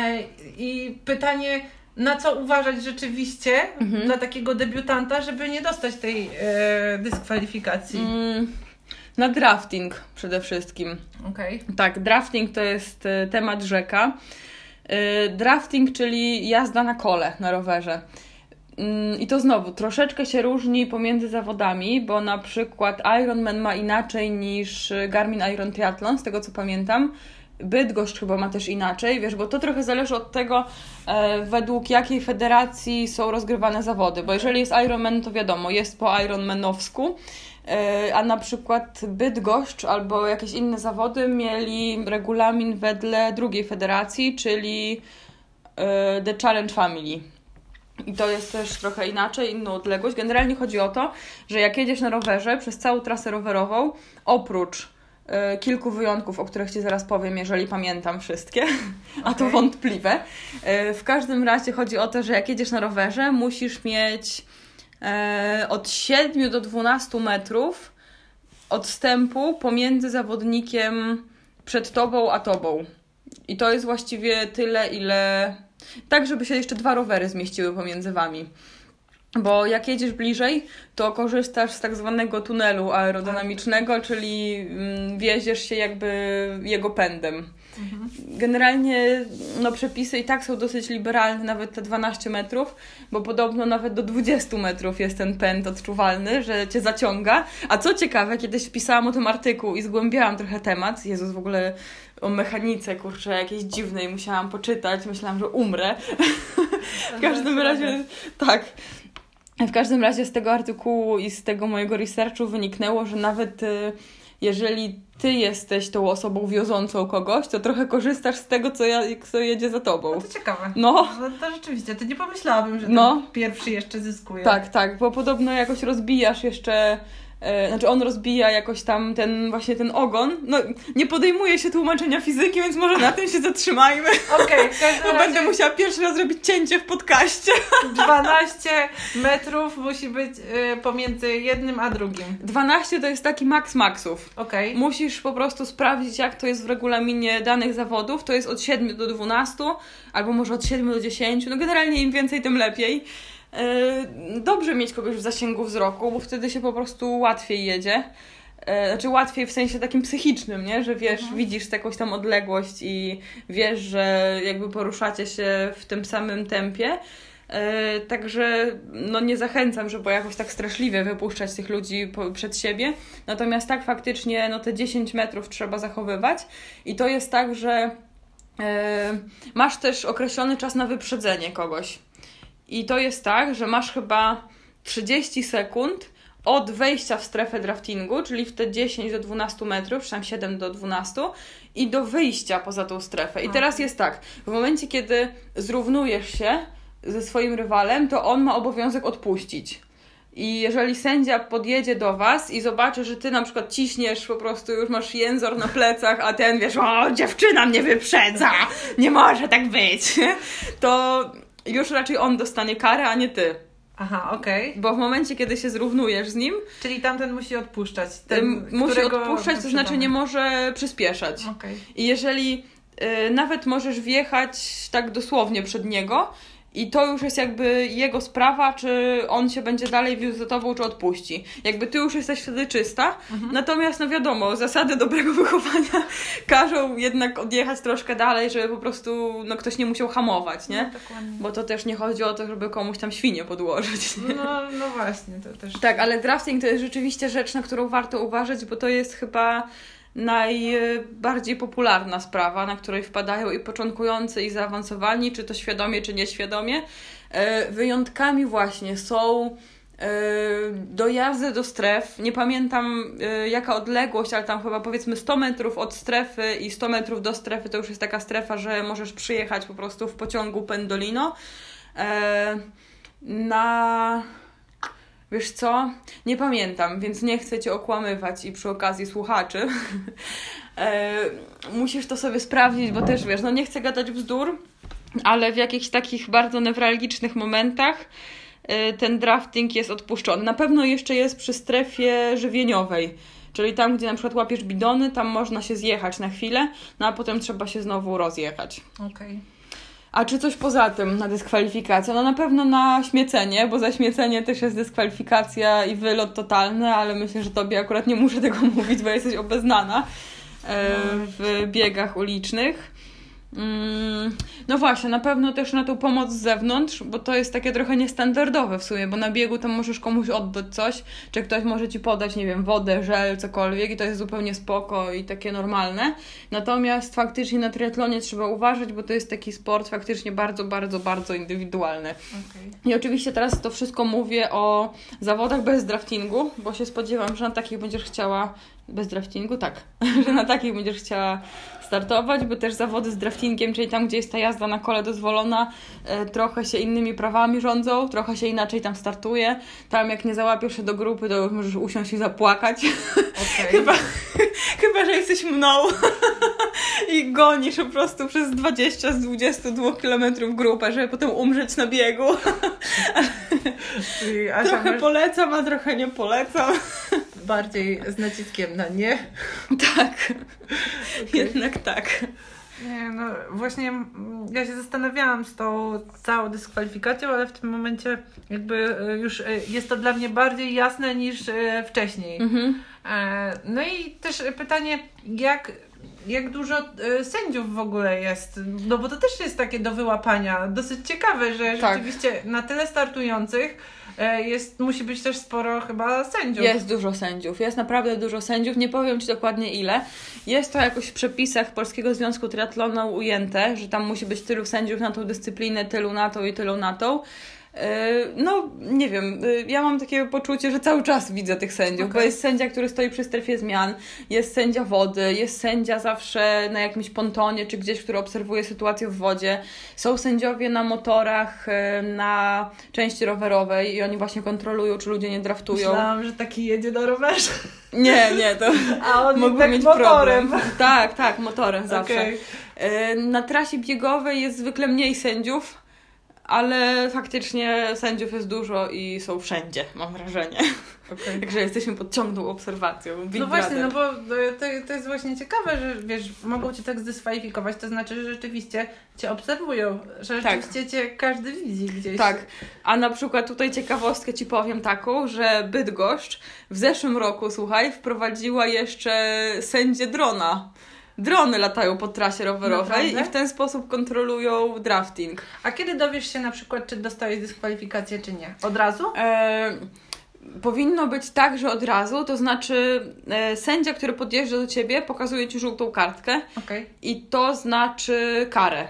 I pytanie, na co uważać rzeczywiście mhm. dla takiego debiutanta, żeby nie dostać tej e, dyskwalifikacji? Mm, na drafting przede wszystkim. Okay. Tak, drafting to jest temat rzeka. Drafting, czyli jazda na kole, na rowerze. I to znowu troszeczkę się różni pomiędzy zawodami, bo na przykład Ironman ma inaczej niż Garmin Iron Triathlon, z tego co pamiętam. Bydgoszcz chyba ma też inaczej, wiesz, bo to trochę zależy od tego, e, według jakiej federacji są rozgrywane zawody, bo jeżeli jest Ironman, to wiadomo, jest po Ironmanowsku, e, a na przykład Bydgoszcz albo jakieś inne zawody mieli regulamin wedle drugiej federacji, czyli e, The Challenge Family. I to jest też trochę inaczej, inną odległość. Generalnie chodzi o to, że jak jedziesz na rowerze przez całą trasę rowerową, oprócz y, kilku wyjątków, o których Ci zaraz powiem, jeżeli pamiętam wszystkie, okay. a to wątpliwe, y, w każdym razie chodzi o to, że jak jedziesz na rowerze, musisz mieć y, od siedmiu do dwunastu metrów odstępu pomiędzy zawodnikiem przed Tobą a Tobą. I to jest właściwie tyle, ile... Tak, żeby się jeszcze dwa rowery zmieściły pomiędzy Wami. Bo jak jedziesz bliżej, to korzystasz z tak zwanego tunelu aerodynamicznego, czyli wieziesz się jakby jego pędem. Mhm. Generalnie no, przepisy i tak są dosyć liberalne, nawet te dwanaście metrów, bo podobno nawet do dwudziestu metrów jest ten pęd odczuwalny, że cię zaciąga. A co ciekawe, kiedyś pisałam o tym artykuł i zgłębiałam trochę temat. Jezus, w ogóle o mechanice, kurczę, jakiejś dziwnej musiałam poczytać. Myślałam, że umrę. W każdym razie, tak. W każdym razie z tego artykułu i z tego mojego researchu wyniknęło, że nawet y, jeżeli ty jesteś tą osobą wiozącą kogoś, to trochę korzystasz z tego, co, ja, co jedzie za tobą. No to ciekawe. No. No to rzeczywiście, to nie pomyślałabym, że no. ten pierwszy jeszcze zyskuje. Tak, tak, bo podobno jakoś rozbijasz jeszcze... Znaczy on rozbija jakoś tam ten właśnie ten ogon. No nie podejmuje się tłumaczenia fizyki, więc może na tym się zatrzymajmy. Okej, okay, bo będę musiała pierwszy raz zrobić cięcie w podcaście. dwanaście metrów musi być y, pomiędzy jednym a drugim. dwanaście to jest taki maks maksów. Okay. Musisz po prostu sprawdzić, jak to jest w regulaminie danych zawodów. To jest od siedmiu do dwunastu, albo może od siedmiu do dziesięciu. No generalnie im więcej, tym lepiej. Dobrze mieć kogoś w zasięgu wzroku, bo wtedy się po prostu łatwiej jedzie. Znaczy łatwiej w sensie takim psychicznym, nie? Że wiesz, mhm. widzisz jakąś tam odległość i wiesz, że jakby poruszacie się w tym samym tempie. Także no nie zachęcam, żeby jakoś tak straszliwie wypuszczać tych ludzi przed siebie. Natomiast tak faktycznie no te dziesięć metrów trzeba zachowywać i to jest tak, że masz też określony czas na wyprzedzenie kogoś. I to jest tak, że masz chyba trzydzieści sekund od wejścia w strefę draftingu, czyli w te dziesięć do dwunastu metrów, czy tam siedem do dwunastu i do wyjścia poza tą strefę. I teraz jest tak, w momencie kiedy zrównujesz się ze swoim rywalem, to on ma obowiązek odpuścić. I jeżeli sędzia podjedzie do was i zobaczy, że ty na przykład ciśniesz, po prostu już masz jęzor na plecach, a ten wiesz, o dziewczyna mnie wyprzedza, nie może tak być, to... już raczej on dostanie karę, a nie ty. Aha, okej. Okay. Bo w momencie, kiedy się zrównujesz z nim... Czyli tamten musi odpuszczać. Ten, musi odpuszczać, to znaczy nie może przyspieszać. Okay. I jeżeli y, nawet możesz wjechać tak dosłownie przed niego i to już jest jakby jego sprawa, czy on się będzie dalej wiózł za tobą, czy odpuści. Jakby ty już jesteś wtedy czysta. Mhm. Natomiast no wiadomo, zasady dobrego wychowania każą jednak odjechać troszkę dalej, żeby po prostu no, ktoś nie musiał hamować, nie? No, dokładnie. Bo to też nie chodzi o to, żeby komuś tam świnię podłożyć. Nie? No, no właśnie, to też... Tak, ale drafting to jest rzeczywiście rzecz, na którą warto uważać, bo to jest chyba... najbardziej popularna sprawa, na której wpadają i początkujący, i zaawansowani, czy to świadomie, czy nieświadomie. Wyjątkami właśnie są dojazdy do stref. Nie pamiętam jaka odległość, ale tam chyba powiedzmy sto metrów od strefy i sto metrów do strefy to już jest taka strefa, że możesz przyjechać po prostu w pociągu Pendolino. Na... Wiesz co? Nie pamiętam, więc nie chcę cię okłamywać i przy okazji słuchaczy. e, musisz to sobie sprawdzić, bo też wiesz, no nie chcę gadać bzdur, ale w jakichś takich bardzo newralgicznych momentach e, ten drafting jest odpuszczony. Na pewno jeszcze jest przy strefie żywieniowej, czyli tam, gdzie na przykład łapiesz bidony, tam można się zjechać na chwilę, no a potem trzeba się znowu rozjechać. Okej. Okay. A czy coś poza tym na dyskwalifikację? No na pewno na śmiecenie, bo za śmiecenie też jest dyskwalifikacja i wylot totalny, ale myślę, że tobie akurat nie muszę tego mówić, bo jesteś obeznana w biegach ulicznych. No właśnie, na pewno też na tą pomoc z zewnątrz, bo to jest takie trochę niestandardowe w sumie, bo na biegu tam możesz komuś oddać coś, czy ktoś może ci podać, nie wiem, wodę, żel, cokolwiek i to jest zupełnie spoko i takie normalne. Natomiast faktycznie na triatlonie trzeba uważać, bo to jest taki sport faktycznie bardzo, bardzo, bardzo indywidualny. Okay. I oczywiście teraz to wszystko mówię o zawodach bez draftingu, bo się spodziewam, że na takich będziesz chciała bez draftingu, tak, że na takich będziesz chciała startować, bo też zawody z draftingiem, czyli tam, gdzie jest ta jazda na kole dozwolona, e, trochę się innymi prawami rządzą, trochę się inaczej tam startuje. Tam jak nie załapiesz się do grupy, to już możesz usiąść i zapłakać. Okay. chyba, chyba, że jesteś mną i gonisz po prostu przez dwadzieścia z dwudziestu dwóch kilometrów grupę, żeby potem umrzeć na biegu. Trochę masz... polecam, a trochę nie polecam. Bardziej z naciskiem na nie. Tak, okay. Jednak tak. Nie, no właśnie ja się zastanawiałam z tą całą dyskwalifikacją, ale w tym momencie jakby już jest to dla mnie bardziej jasne niż wcześniej. Mhm. No i też pytanie, jak, jak dużo sędziów w ogóle jest? No bo to też jest takie do wyłapania. Dosyć ciekawe, że tak. Rzeczywiście na tyle startujących jest, musi być też sporo chyba sędziów. Jest dużo sędziów, jest naprawdę dużo sędziów, nie powiem Ci dokładnie ile. Jest to jakoś w przepisach Polskiego Związku Triathlonu ujęte, że tam musi być tylu sędziów na tą dyscyplinę, tylu na tą i tylu na tą. No, nie wiem, ja mam takie poczucie, że cały czas widzę tych sędziów, okay. Bo jest sędzia, który stoi przy strefie zmian, jest sędzia wody, jest sędzia zawsze na jakimś pontonie czy gdzieś, który obserwuje sytuację w wodzie. Są sędziowie na motorach, na części rowerowej i oni właśnie kontrolują, czy ludzie nie draftują. Myślałam, że taki jedzie na rowerze. Nie, nie, to a on mógłby tak mieć motorem. Problem. Tak, tak, motorem zawsze. Okay. Na trasie biegowej jest zwykle mniej sędziów, ale faktycznie sędziów jest dużo i są wszędzie, mam wrażenie. Okay. Także jesteśmy pod ciągłą obserwacją. Big no właśnie, brother. no bo to, to jest właśnie ciekawe, że wiesz, mogą Cię tak zdyskwalifikować, to znaczy, że rzeczywiście Cię obserwują, że tak. rzeczywiście Cię każdy widzi gdzieś. Tak, a na przykład tutaj ciekawostkę Ci powiem taką, że Bydgoszcz w zeszłym roku, słuchaj, wprowadziła jeszcze sędzię drona. Drony latają po trasie rowerowej. Naprawdę? I w ten sposób kontrolują drafting. A kiedy dowiesz się na przykład, czy dostałeś dyskwalifikację, czy nie? Od razu? E, powinno być tak, że od razu, to znaczy e, sędzia, który podjeżdża do Ciebie, pokazuje Ci żółtą kartkę okay. I to znaczy karę.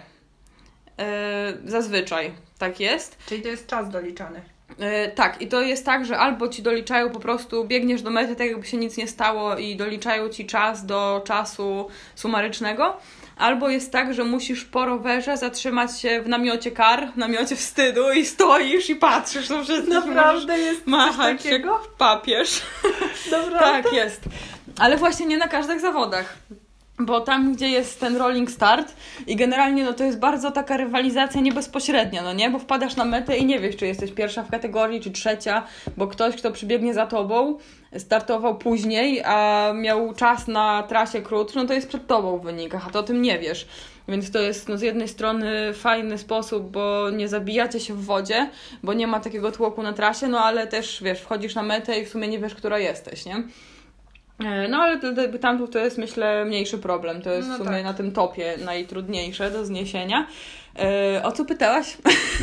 E, zazwyczaj tak jest. Czyli to jest czas doliczany. Yy, tak, i to jest tak, że albo Ci doliczają po prostu, biegniesz do mety tak jakby się nic nie stało i doliczają Ci czas do czasu sumarycznego, albo jest tak, że musisz po rowerze zatrzymać się w namiocie kar, w namiocie wstydu i stoisz i patrzysz na wszystkich. Naprawdę jest machać coś takiego? Jak papież. Dobra. Tak, jest. Ale właśnie nie na każdych zawodach. Bo tam, gdzie jest ten rolling start i generalnie no to jest bardzo taka rywalizacja niebezpośrednia, no nie? Bo wpadasz na metę i nie wiesz, czy jesteś pierwsza w kategorii, czy trzecia, bo ktoś, kto przybiegnie za tobą, startował później, a miał czas na trasie krótszy, no to jest przed tobą w wynikach, a to o tym nie wiesz. Więc to jest no, z jednej strony fajny sposób, bo nie zabijacie się w wodzie, bo nie ma takiego tłoku na trasie, no ale też, wiesz, wchodzisz na metę i w sumie nie wiesz, która jesteś, nie? No ale tam to jest, myślę, mniejszy problem. To jest no w sumie tak. Na tym topie najtrudniejsze do zniesienia. E, o co pytałaś?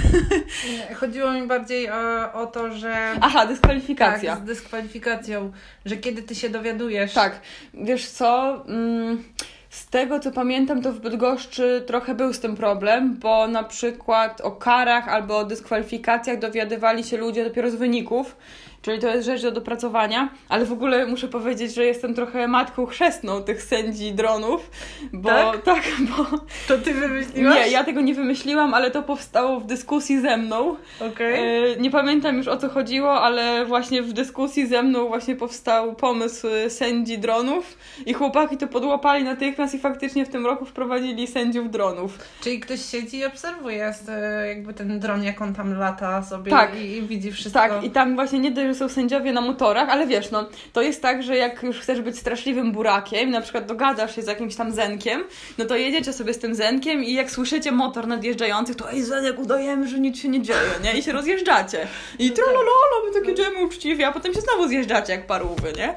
Chodziło mi bardziej o, o to, że... Aha, dyskwalifikacja. Tak, z dyskwalifikacją, że kiedy Ty się dowiadujesz. Tak, wiesz co... Mm... Z tego, co pamiętam, to w Bydgoszczy trochę był z tym problem, bo na przykład o karach albo o dyskwalifikacjach dowiadywali się ludzie dopiero z wyników, czyli to jest rzecz do dopracowania, ale w ogóle muszę powiedzieć, że jestem trochę matką chrzestną tych sędzi dronów, bo tak, tak bo... To Ty wymyśliłaś? Nie, ja tego nie wymyśliłam, ale to powstało w dyskusji ze mną. Okay. Nie pamiętam już o co chodziło, ale właśnie w dyskusji ze mną właśnie powstał pomysł sędzi dronów i chłopaki to podłapali natychmiast i faktycznie w tym roku wprowadzili sędziów dronów. Czyli ktoś siedzi i obserwuje jakby ten dron, jak on tam lata sobie tak. i, i widzi wszystko. Tak, i tam właśnie nie dość, że są sędziowie na motorach, ale wiesz, no to jest tak, że jak już chcesz być straszliwym burakiem, na przykład dogadasz się z jakimś tam zenkiem, no to jedziecie sobie z tym zenkiem i jak słyszycie motor nadjeżdżający, to ej zenek, udajemy, że nic się nie dzieje, nie? I się rozjeżdżacie. I trolololo, my tak jedziemy uczciwie, a potem się znowu zjeżdżacie jak parówy, nie?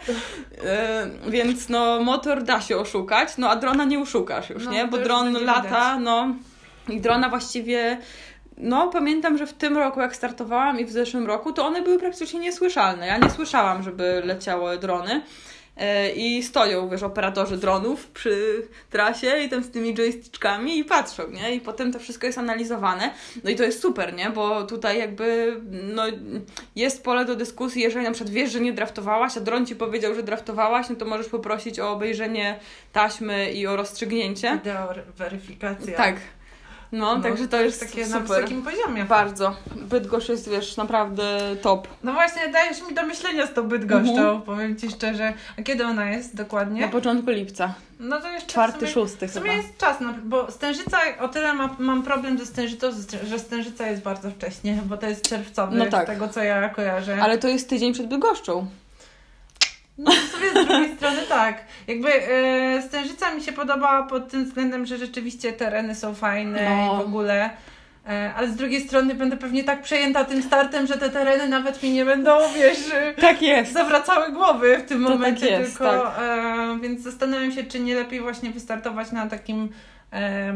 Yy, więc no motor da się oszukać, no a drona nie oszukasz już, no, nie? Bo dron lata, widać. No i drona właściwie... No, pamiętam, że w tym roku, jak startowałam i w zeszłym roku, to one były praktycznie niesłyszalne. Ja nie słyszałam, żeby leciały drony. Yy, I stoją, wiesz, operatorzy dronów przy trasie i tam z tymi joystickami i patrzą, nie? I potem to wszystko jest analizowane. No i to jest super, nie? Bo tutaj jakby, no, jest pole do dyskusji, jeżeli na przykład wiesz, że nie draftowałaś, a dron ci powiedział, że draftowałaś, no to możesz poprosić o obejrzenie taśmy i o rozstrzygnięcie. Wideo weryfikacja. Tak. No, no, także to jest takie super. Na wysokim poziomie. Bardzo. Bydgoszcz jest, wiesz, naprawdę top. No właśnie, dajesz mi do myślenia z tą Bydgoszczą, mhm. powiem Ci szczerze. A kiedy ona jest dokładnie? Na początku lipca. No to jeszcze Czwarty, szósty w sumie chyba. jest czas, no, bo Stężyca, o tyle ma, mam problem ze Stężycą, że Stężyca jest bardzo wcześnie, bo to jest czerwcowy, no tak. z tego co ja kojarzę. Ale to jest tydzień przed Bydgoszczą. No sobie z drugiej strony tak. Jakby e, Stężyca mi się podobała pod tym względem, że rzeczywiście tereny są fajne no. i w ogóle. E, ale z drugiej strony będę pewnie tak przejęta tym startem, że te tereny nawet mi nie będą, wiesz, tak jest. zawracały głowy w tym to momencie. Tak jest, tylko, tak. e, więc zastanawiam się, czy nie lepiej właśnie wystartować na takim e,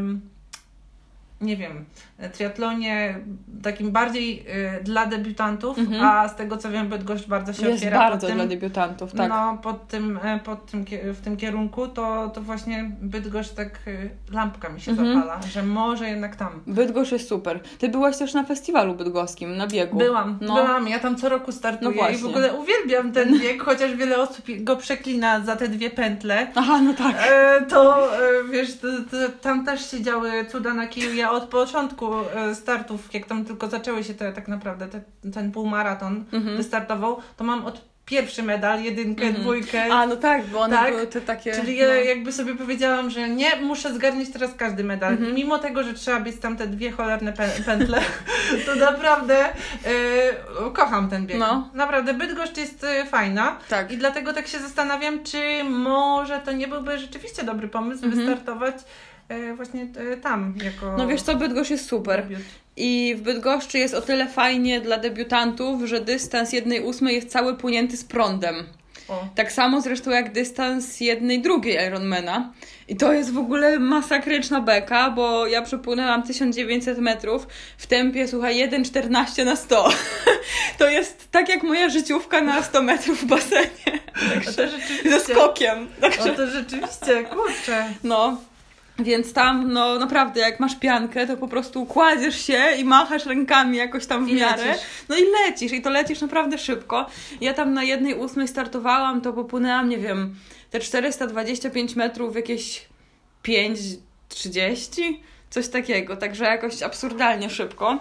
nie wiem, triatlonie takim bardziej y, dla debiutantów, mhm. a z tego co wiem, Bydgoszcz bardzo się jest otwiera bardzo pod tym, dla debiutantów, tak. No, pod tym, pod tym, w tym kierunku, to, to właśnie Bydgoszcz tak y, lampka mi się mhm. zapala, że może jednak tam. Bydgoszcz jest super. Ty byłaś też na festiwalu bydgoskim, na biegu. Byłam, no. byłam. Ja tam co roku startuję no i w ogóle uwielbiam ten bieg, chociaż wiele osób go przeklina za te dwie pętle. Aha, no tak. E, to e, wiesz, to, to, tam też się działy cuda na kiju. Ja od początku startów, jak tam tylko zaczęły się te tak naprawdę te, ten półmaraton mhm. wystartował, to mam od pierwszy medal, jedynkę, mhm. dwójkę. A, no tak, bo one tak? były te takie... Czyli ja jakby sobie powiedziałam, że nie, muszę zgarnąć teraz każdy medal. Mhm. Mimo tego, że trzeba biec tam te dwie cholerne pę- pętle, to naprawdę yy, kocham ten bieg. No. Naprawdę, Bydgoszcz jest yy, fajna. Tak. I dlatego tak się zastanawiam, czy może to nie byłby rzeczywiście dobry pomysł mhm. wystartować właśnie tam jako... No wiesz co, Bydgoszcz jest super. Debiut. I w Bydgoszczy jest o tyle fajnie dla debiutantów, że dystans jednej ósmej jest cały płynięty z prądem. O. Tak samo zresztą jak dystans jednej drugiej Ironmana. I to jest w ogóle masakryczna beka, bo ja przepłynęłam tysiąc dziewięćset metrów w tempie, słuchaj, jeden czternaście na sto. To jest tak jak moja życiówka na sto metrów w basenie. Także, to rzeczywiście. Ze skokiem. Także... O, to rzeczywiście, kurczę. No. Więc tam, no naprawdę, jak masz piankę, to po prostu kładziesz się i machasz rękami jakoś tam w I miarę. Lecisz. No i lecisz. I to lecisz naprawdę szybko. Ja tam na jednej ósmej startowałam, to popłynęłam, nie wiem, te czterysta dwadzieścia pięć metrów, jakieś pięć trzydzieści, coś takiego. Także jakoś absurdalnie szybko.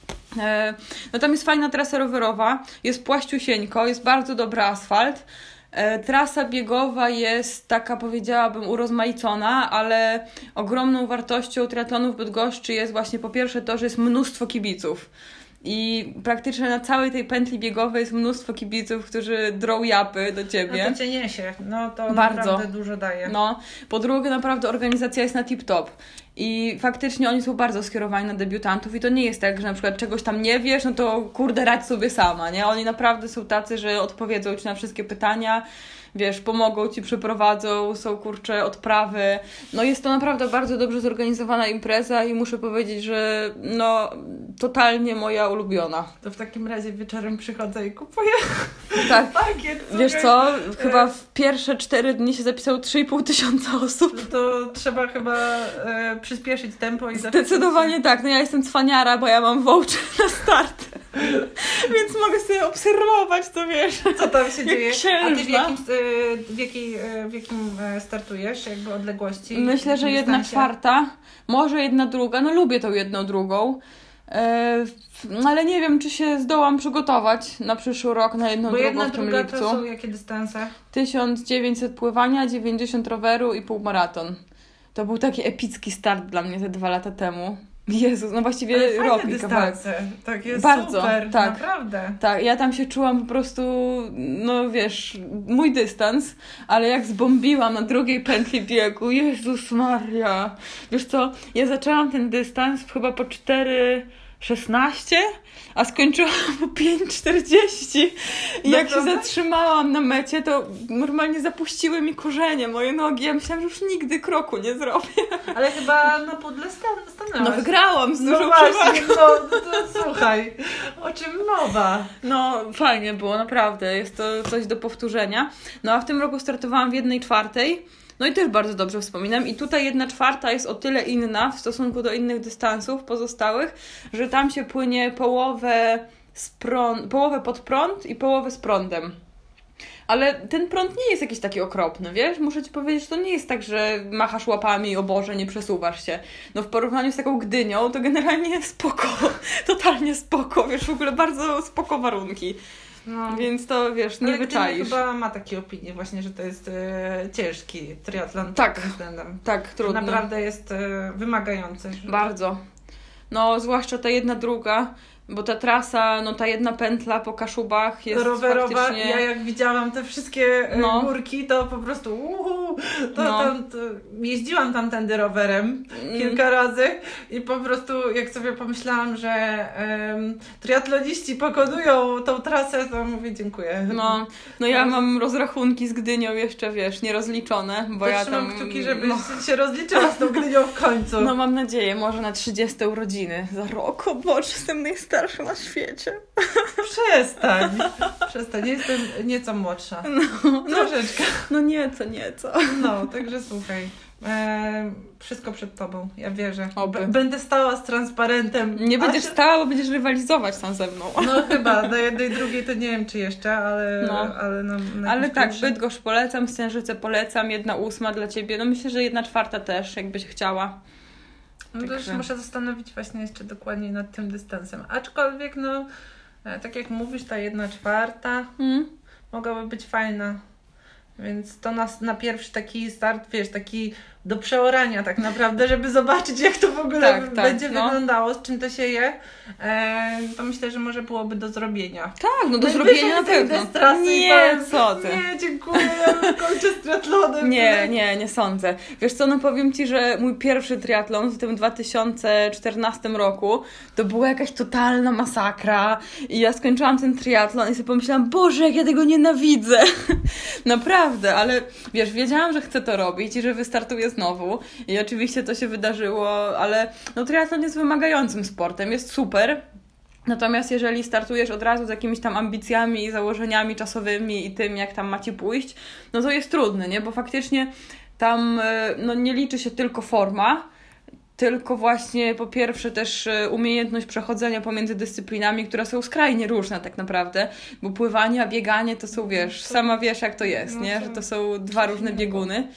No tam jest fajna trasa rowerowa, jest płaściusieńko, jest bardzo dobry asfalt. Trasa biegowa jest taka, powiedziałabym, urozmaicona, ale ogromną wartością triatlonu w Bydgoszczy jest właśnie po pierwsze to, że jest mnóstwo kibiców. I praktycznie na całej tej pętli biegowej jest mnóstwo kibiców, którzy drą japy do ciebie. No to cię niesie, no to bardzo. Naprawdę dużo daje. No. Po drugie, naprawdę organizacja jest na tip-top. I faktycznie oni są bardzo skierowani na debiutantów i to nie jest tak, że na przykład czegoś tam nie wiesz, no to kurde radź sobie sama, nie? Oni naprawdę są tacy, że odpowiedzą ci na wszystkie pytania, wiesz, pomogą ci, przeprowadzą, są kurcze odprawy. No jest to naprawdę bardzo dobrze zorganizowana impreza i muszę powiedzieć, że no totalnie moja ulubiona. To w takim razie wieczorem przychodzę i kupuję tak. pakiet. Wiesz co, chyba w pierwsze cztery dni się zapisało trzy i pół tysiąca osób. No to trzeba chyba e, przyspieszyć tempo i zacząć. Zdecydowanie tak, no ja jestem cwaniara, bo ja mam voucher na start. Więc mogę sobie obserwować, to wiesz. Co tam się dzieje? Księżna. A ty w jakim, w, jakiej, w jakim startujesz, jakby odległości? Myślę, że jedna czwarta, może jedna druga. No lubię tą jedną drugą. Yy, ale nie wiem, czy się zdołam przygotować na przyszły rok na jedną Bo drugą jedna, w tym druga lipcu. To są jakie dystanse? tysiąc dziewięćset pływania, dziewięćdziesiąt roweru i półmaraton. To był taki epicki start dla mnie te dwa lata temu. Jezus, no właściwie ale rok i kawałek. Tak jest bardzo, super, tak, naprawdę. Tak, ja tam się czułam po prostu, no wiesz, mój dystans, ale jak zbombiłam na drugiej pętli biegu, Jezus Maria. Wiesz co, ja zaczęłam ten dystans chyba po cztery szesnaście, a skończyłam po pięć czterdzieści. I jak się zatrzymałam na mecie, to normalnie zapuściły mi korzenie, moje nogi. Ja myślałam, że już nigdy kroku nie zrobię. Ale chyba na pudle stan- stanęłaś. No wygrałam z dużą no właśnie, no, no to słuchaj, o czym mowa? No fajnie było, naprawdę. Jest to coś do powtórzenia. No a w tym roku startowałam w jednej czwartej. No i też bardzo dobrze wspominam. I tutaj jedna czwarta jest o tyle inna w stosunku do innych dystansów pozostałych, że tam się płynie połowę, z prąd, połowę pod prąd i połowę z prądem. Ale ten prąd nie jest jakiś taki okropny, wiesz? Muszę ci powiedzieć, że to nie jest tak, że machasz łapami i o Boże, nie przesuwasz się. No w porównaniu z taką Gdynią to generalnie spoko. Totalnie spoko, wiesz, w ogóle bardzo spoko warunki. No. Więc to, wiesz, nie ale wyczaisz. chyba ma takie opinie właśnie, że to jest e, ciężki triatlon tak, pod tym względem. Tak, trudny. Naprawdę jest e, wymagający. Bardzo. No, zwłaszcza ta jedna, druga, bo ta trasa, no ta jedna pętla po Kaszubach jest rowerowa. faktycznie... Ja jak widziałam te wszystkie no. górki, to po prostu uhu, to, no. tam, to jeździłam tamtędy rowerem mm. kilka razy i po prostu jak sobie pomyślałam, że um, triatloniści pokonują tą trasę, to mówię dziękuję. No, no ja mam rozrachunki z Gdynią jeszcze, wiesz, nierozliczone, bo to ja trzymam tam... kciuki, żebyś no. się rozliczyła z tą Gdynią w końcu. No mam nadzieję, może na trzydzieste urodziny za rok, o Boże, jestem najstarsza na świecie. Przestań, przestań, jestem nieco młodsza. No, troszeczkę. No, no nieco, nieco. No, także słuchaj, e, wszystko przed tobą, ja wierzę. Oby. B- będę stała z transparentem. Nie będziesz się... stała, bo będziesz rywalizować tam ze mną. No chyba, na jednej, drugiej to nie wiem czy jeszcze, ale... No. Ale, na, na ale tak, pierwszy... Bydgoszcz polecam, Stężyce polecam, jedna ósma dla ciebie, no myślę, że jedna czwarta też, jakbyś chciała. No to Także... już muszę zastanowić właśnie jeszcze dokładnie nad tym dystansem. Aczkolwiek no, tak jak mówisz, ta jedna czwarta hmm? mogłaby być fajna. Więc to na, na pierwszy taki start, wiesz, taki do przeorania tak naprawdę, żeby zobaczyć jak to w ogóle tak, będzie tak, no. wyglądało, z czym to się je, e, to myślę, że może byłoby do zrobienia. Tak, no do zrobienia na pewno. Nie, powiem, co ty. Nie, dziękuję, ja już kończę z triatlonem. Nie, nie, nie sądzę. Wiesz co, no powiem Ci, że mój pierwszy triatlon w tym dwa tysiące czternastym roku to była jakaś totalna masakra i ja skończyłam ten triatlon i sobie pomyślałam, Boże, jak ja tego nienawidzę. Naprawdę, ale wiesz, wiedziałam, że chcę to robić i że wystartuję znowu i oczywiście to się wydarzyło, ale no triatlon jest wymagającym sportem, jest super. Natomiast jeżeli startujesz od razu z jakimiś tam ambicjami i założeniami czasowymi i tym, jak tam macie pójść, no to jest trudne, nie? Bo faktycznie tam no, nie liczy się tylko forma, tylko właśnie po pierwsze też umiejętność przechodzenia pomiędzy dyscyplinami, które są skrajnie różne tak naprawdę, bo pływanie, a bieganie to są, wiesz, sama wiesz jak to jest, nie? Że to są dwa różne bieguny.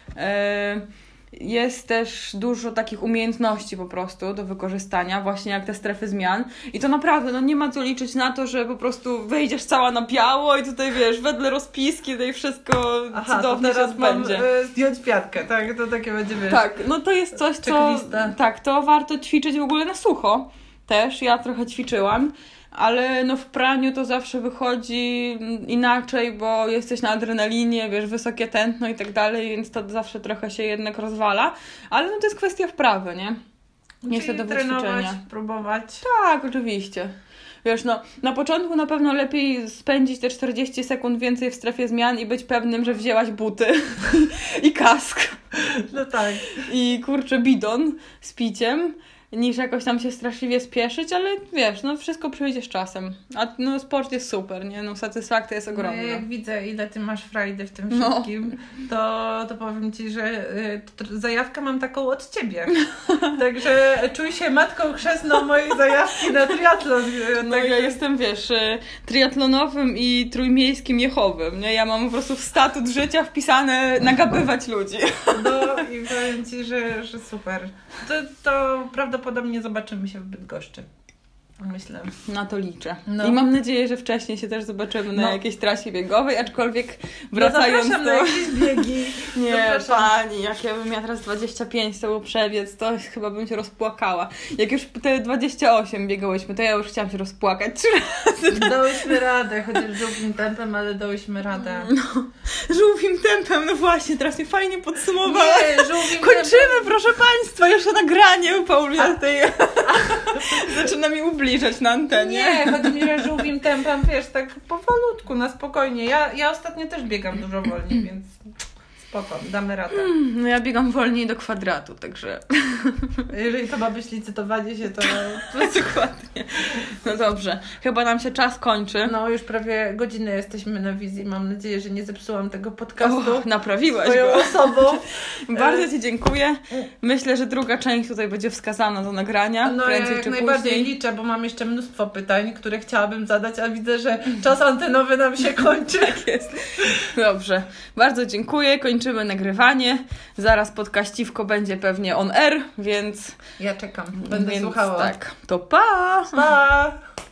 Jest też dużo takich umiejętności po prostu do wykorzystania, właśnie jak te strefy zmian. I to naprawdę, no nie ma co liczyć na to, że po prostu wyjdziesz cała na biało i tutaj wiesz, wedle rozpiski tutaj wszystko Aha, cudownie to teraz się odbędzie. Mam, y, zdjąć piatkę, tak? To takie będzie, wiesz. Tak, no to jest coś, co... Tak, to warto ćwiczyć w ogóle na sucho też. Ja trochę ćwiczyłam. Ale no w praniu to zawsze wychodzi inaczej, bo jesteś na adrenalinie, wiesz, wysokie tętno i tak dalej, więc to zawsze trochę się jednak rozwala. Ale no to jest kwestia wprawy, nie? Niestety do trenować, próbować. Tak, oczywiście. Wiesz, no na początku na pewno lepiej spędzić te czterdzieści sekund więcej w strefie zmian i być pewnym, że wzięłaś buty i kask. No tak. I kurczę bidon z piciem, niż jakoś tam się straszliwie spieszyć, ale wiesz, no wszystko przyjdzie z czasem. A no sport jest super, nie? No satysfakcja jest ogromna. No, jak widzę, ile ty masz frajdy w tym wszystkim, no. to, to powiem ci, że y, to, zajawkę mam taką od ciebie. Także czuj się matką chrzestną mojej zajawki na triatlon. No Także... ja jestem, wiesz, triatlonowym i trójmiejskim Jehowym, nie? Ja mam po prostu w statut życia wpisane nagabywać ludzi. No i powiem ci, że, że super. To, to prawdopodobnie zobaczymy się w Bydgoszczy. Myślę. Na to liczę. No. I mam nadzieję, że wcześniej się też zobaczymy na no. jakiejś trasie biegowej, aczkolwiek wracając no do... na jakieś biegi. Nie, zapraszam. pani, jak ja bym miała teraz dwadzieścia pięć to był przebiec, to chyba bym się rozpłakała. Jak już te dwadzieścia osiem biegałyśmy, to ja już chciałam się rozpłakać trzy razy. Dałyśmy radę, chociaż żółwim tempem, ale dałyśmy radę. No, żółwim tempem, no właśnie, teraz mnie fajnie podsumowała. Nie, żółwim Kończymy, tempem. proszę Państwa, jeszcze nagranie u Paulina tej zaczyna mi ubliżać na antenie. Nie, chodzi mi, że żółwim tempem, wiesz, tak powolutku, na spokojnie. Ja, ja ostatnio też biegam dużo wolniej, więc spoko, damy radę. Hmm, no ja biegam wolniej do kwadratu, także... Jeżeli to ma być licytowanie się, to... Dokładnie. No dobrze, chyba nam się czas kończy. No już prawie godzinę jesteśmy na wizji. Mam nadzieję, że nie zepsułam tego podcastu. Och, naprawiłaś swoją go. osobą. Bardzo Ci dziękuję. Myślę, że druga część tutaj będzie wskazana do nagrania. No prędzej ja jak czy najbardziej później. liczę, bo mam jeszcze mnóstwo pytań, które chciałabym zadać, a widzę, że czas antenowy nam się kończy. Tak jest. Dobrze. Bardzo dziękuję. Kończymy nagrywanie. Zaraz podcaściwko będzie pewnie on air, więc... Ja czekam. Będę więc słuchała. Tak. To pa! Pa!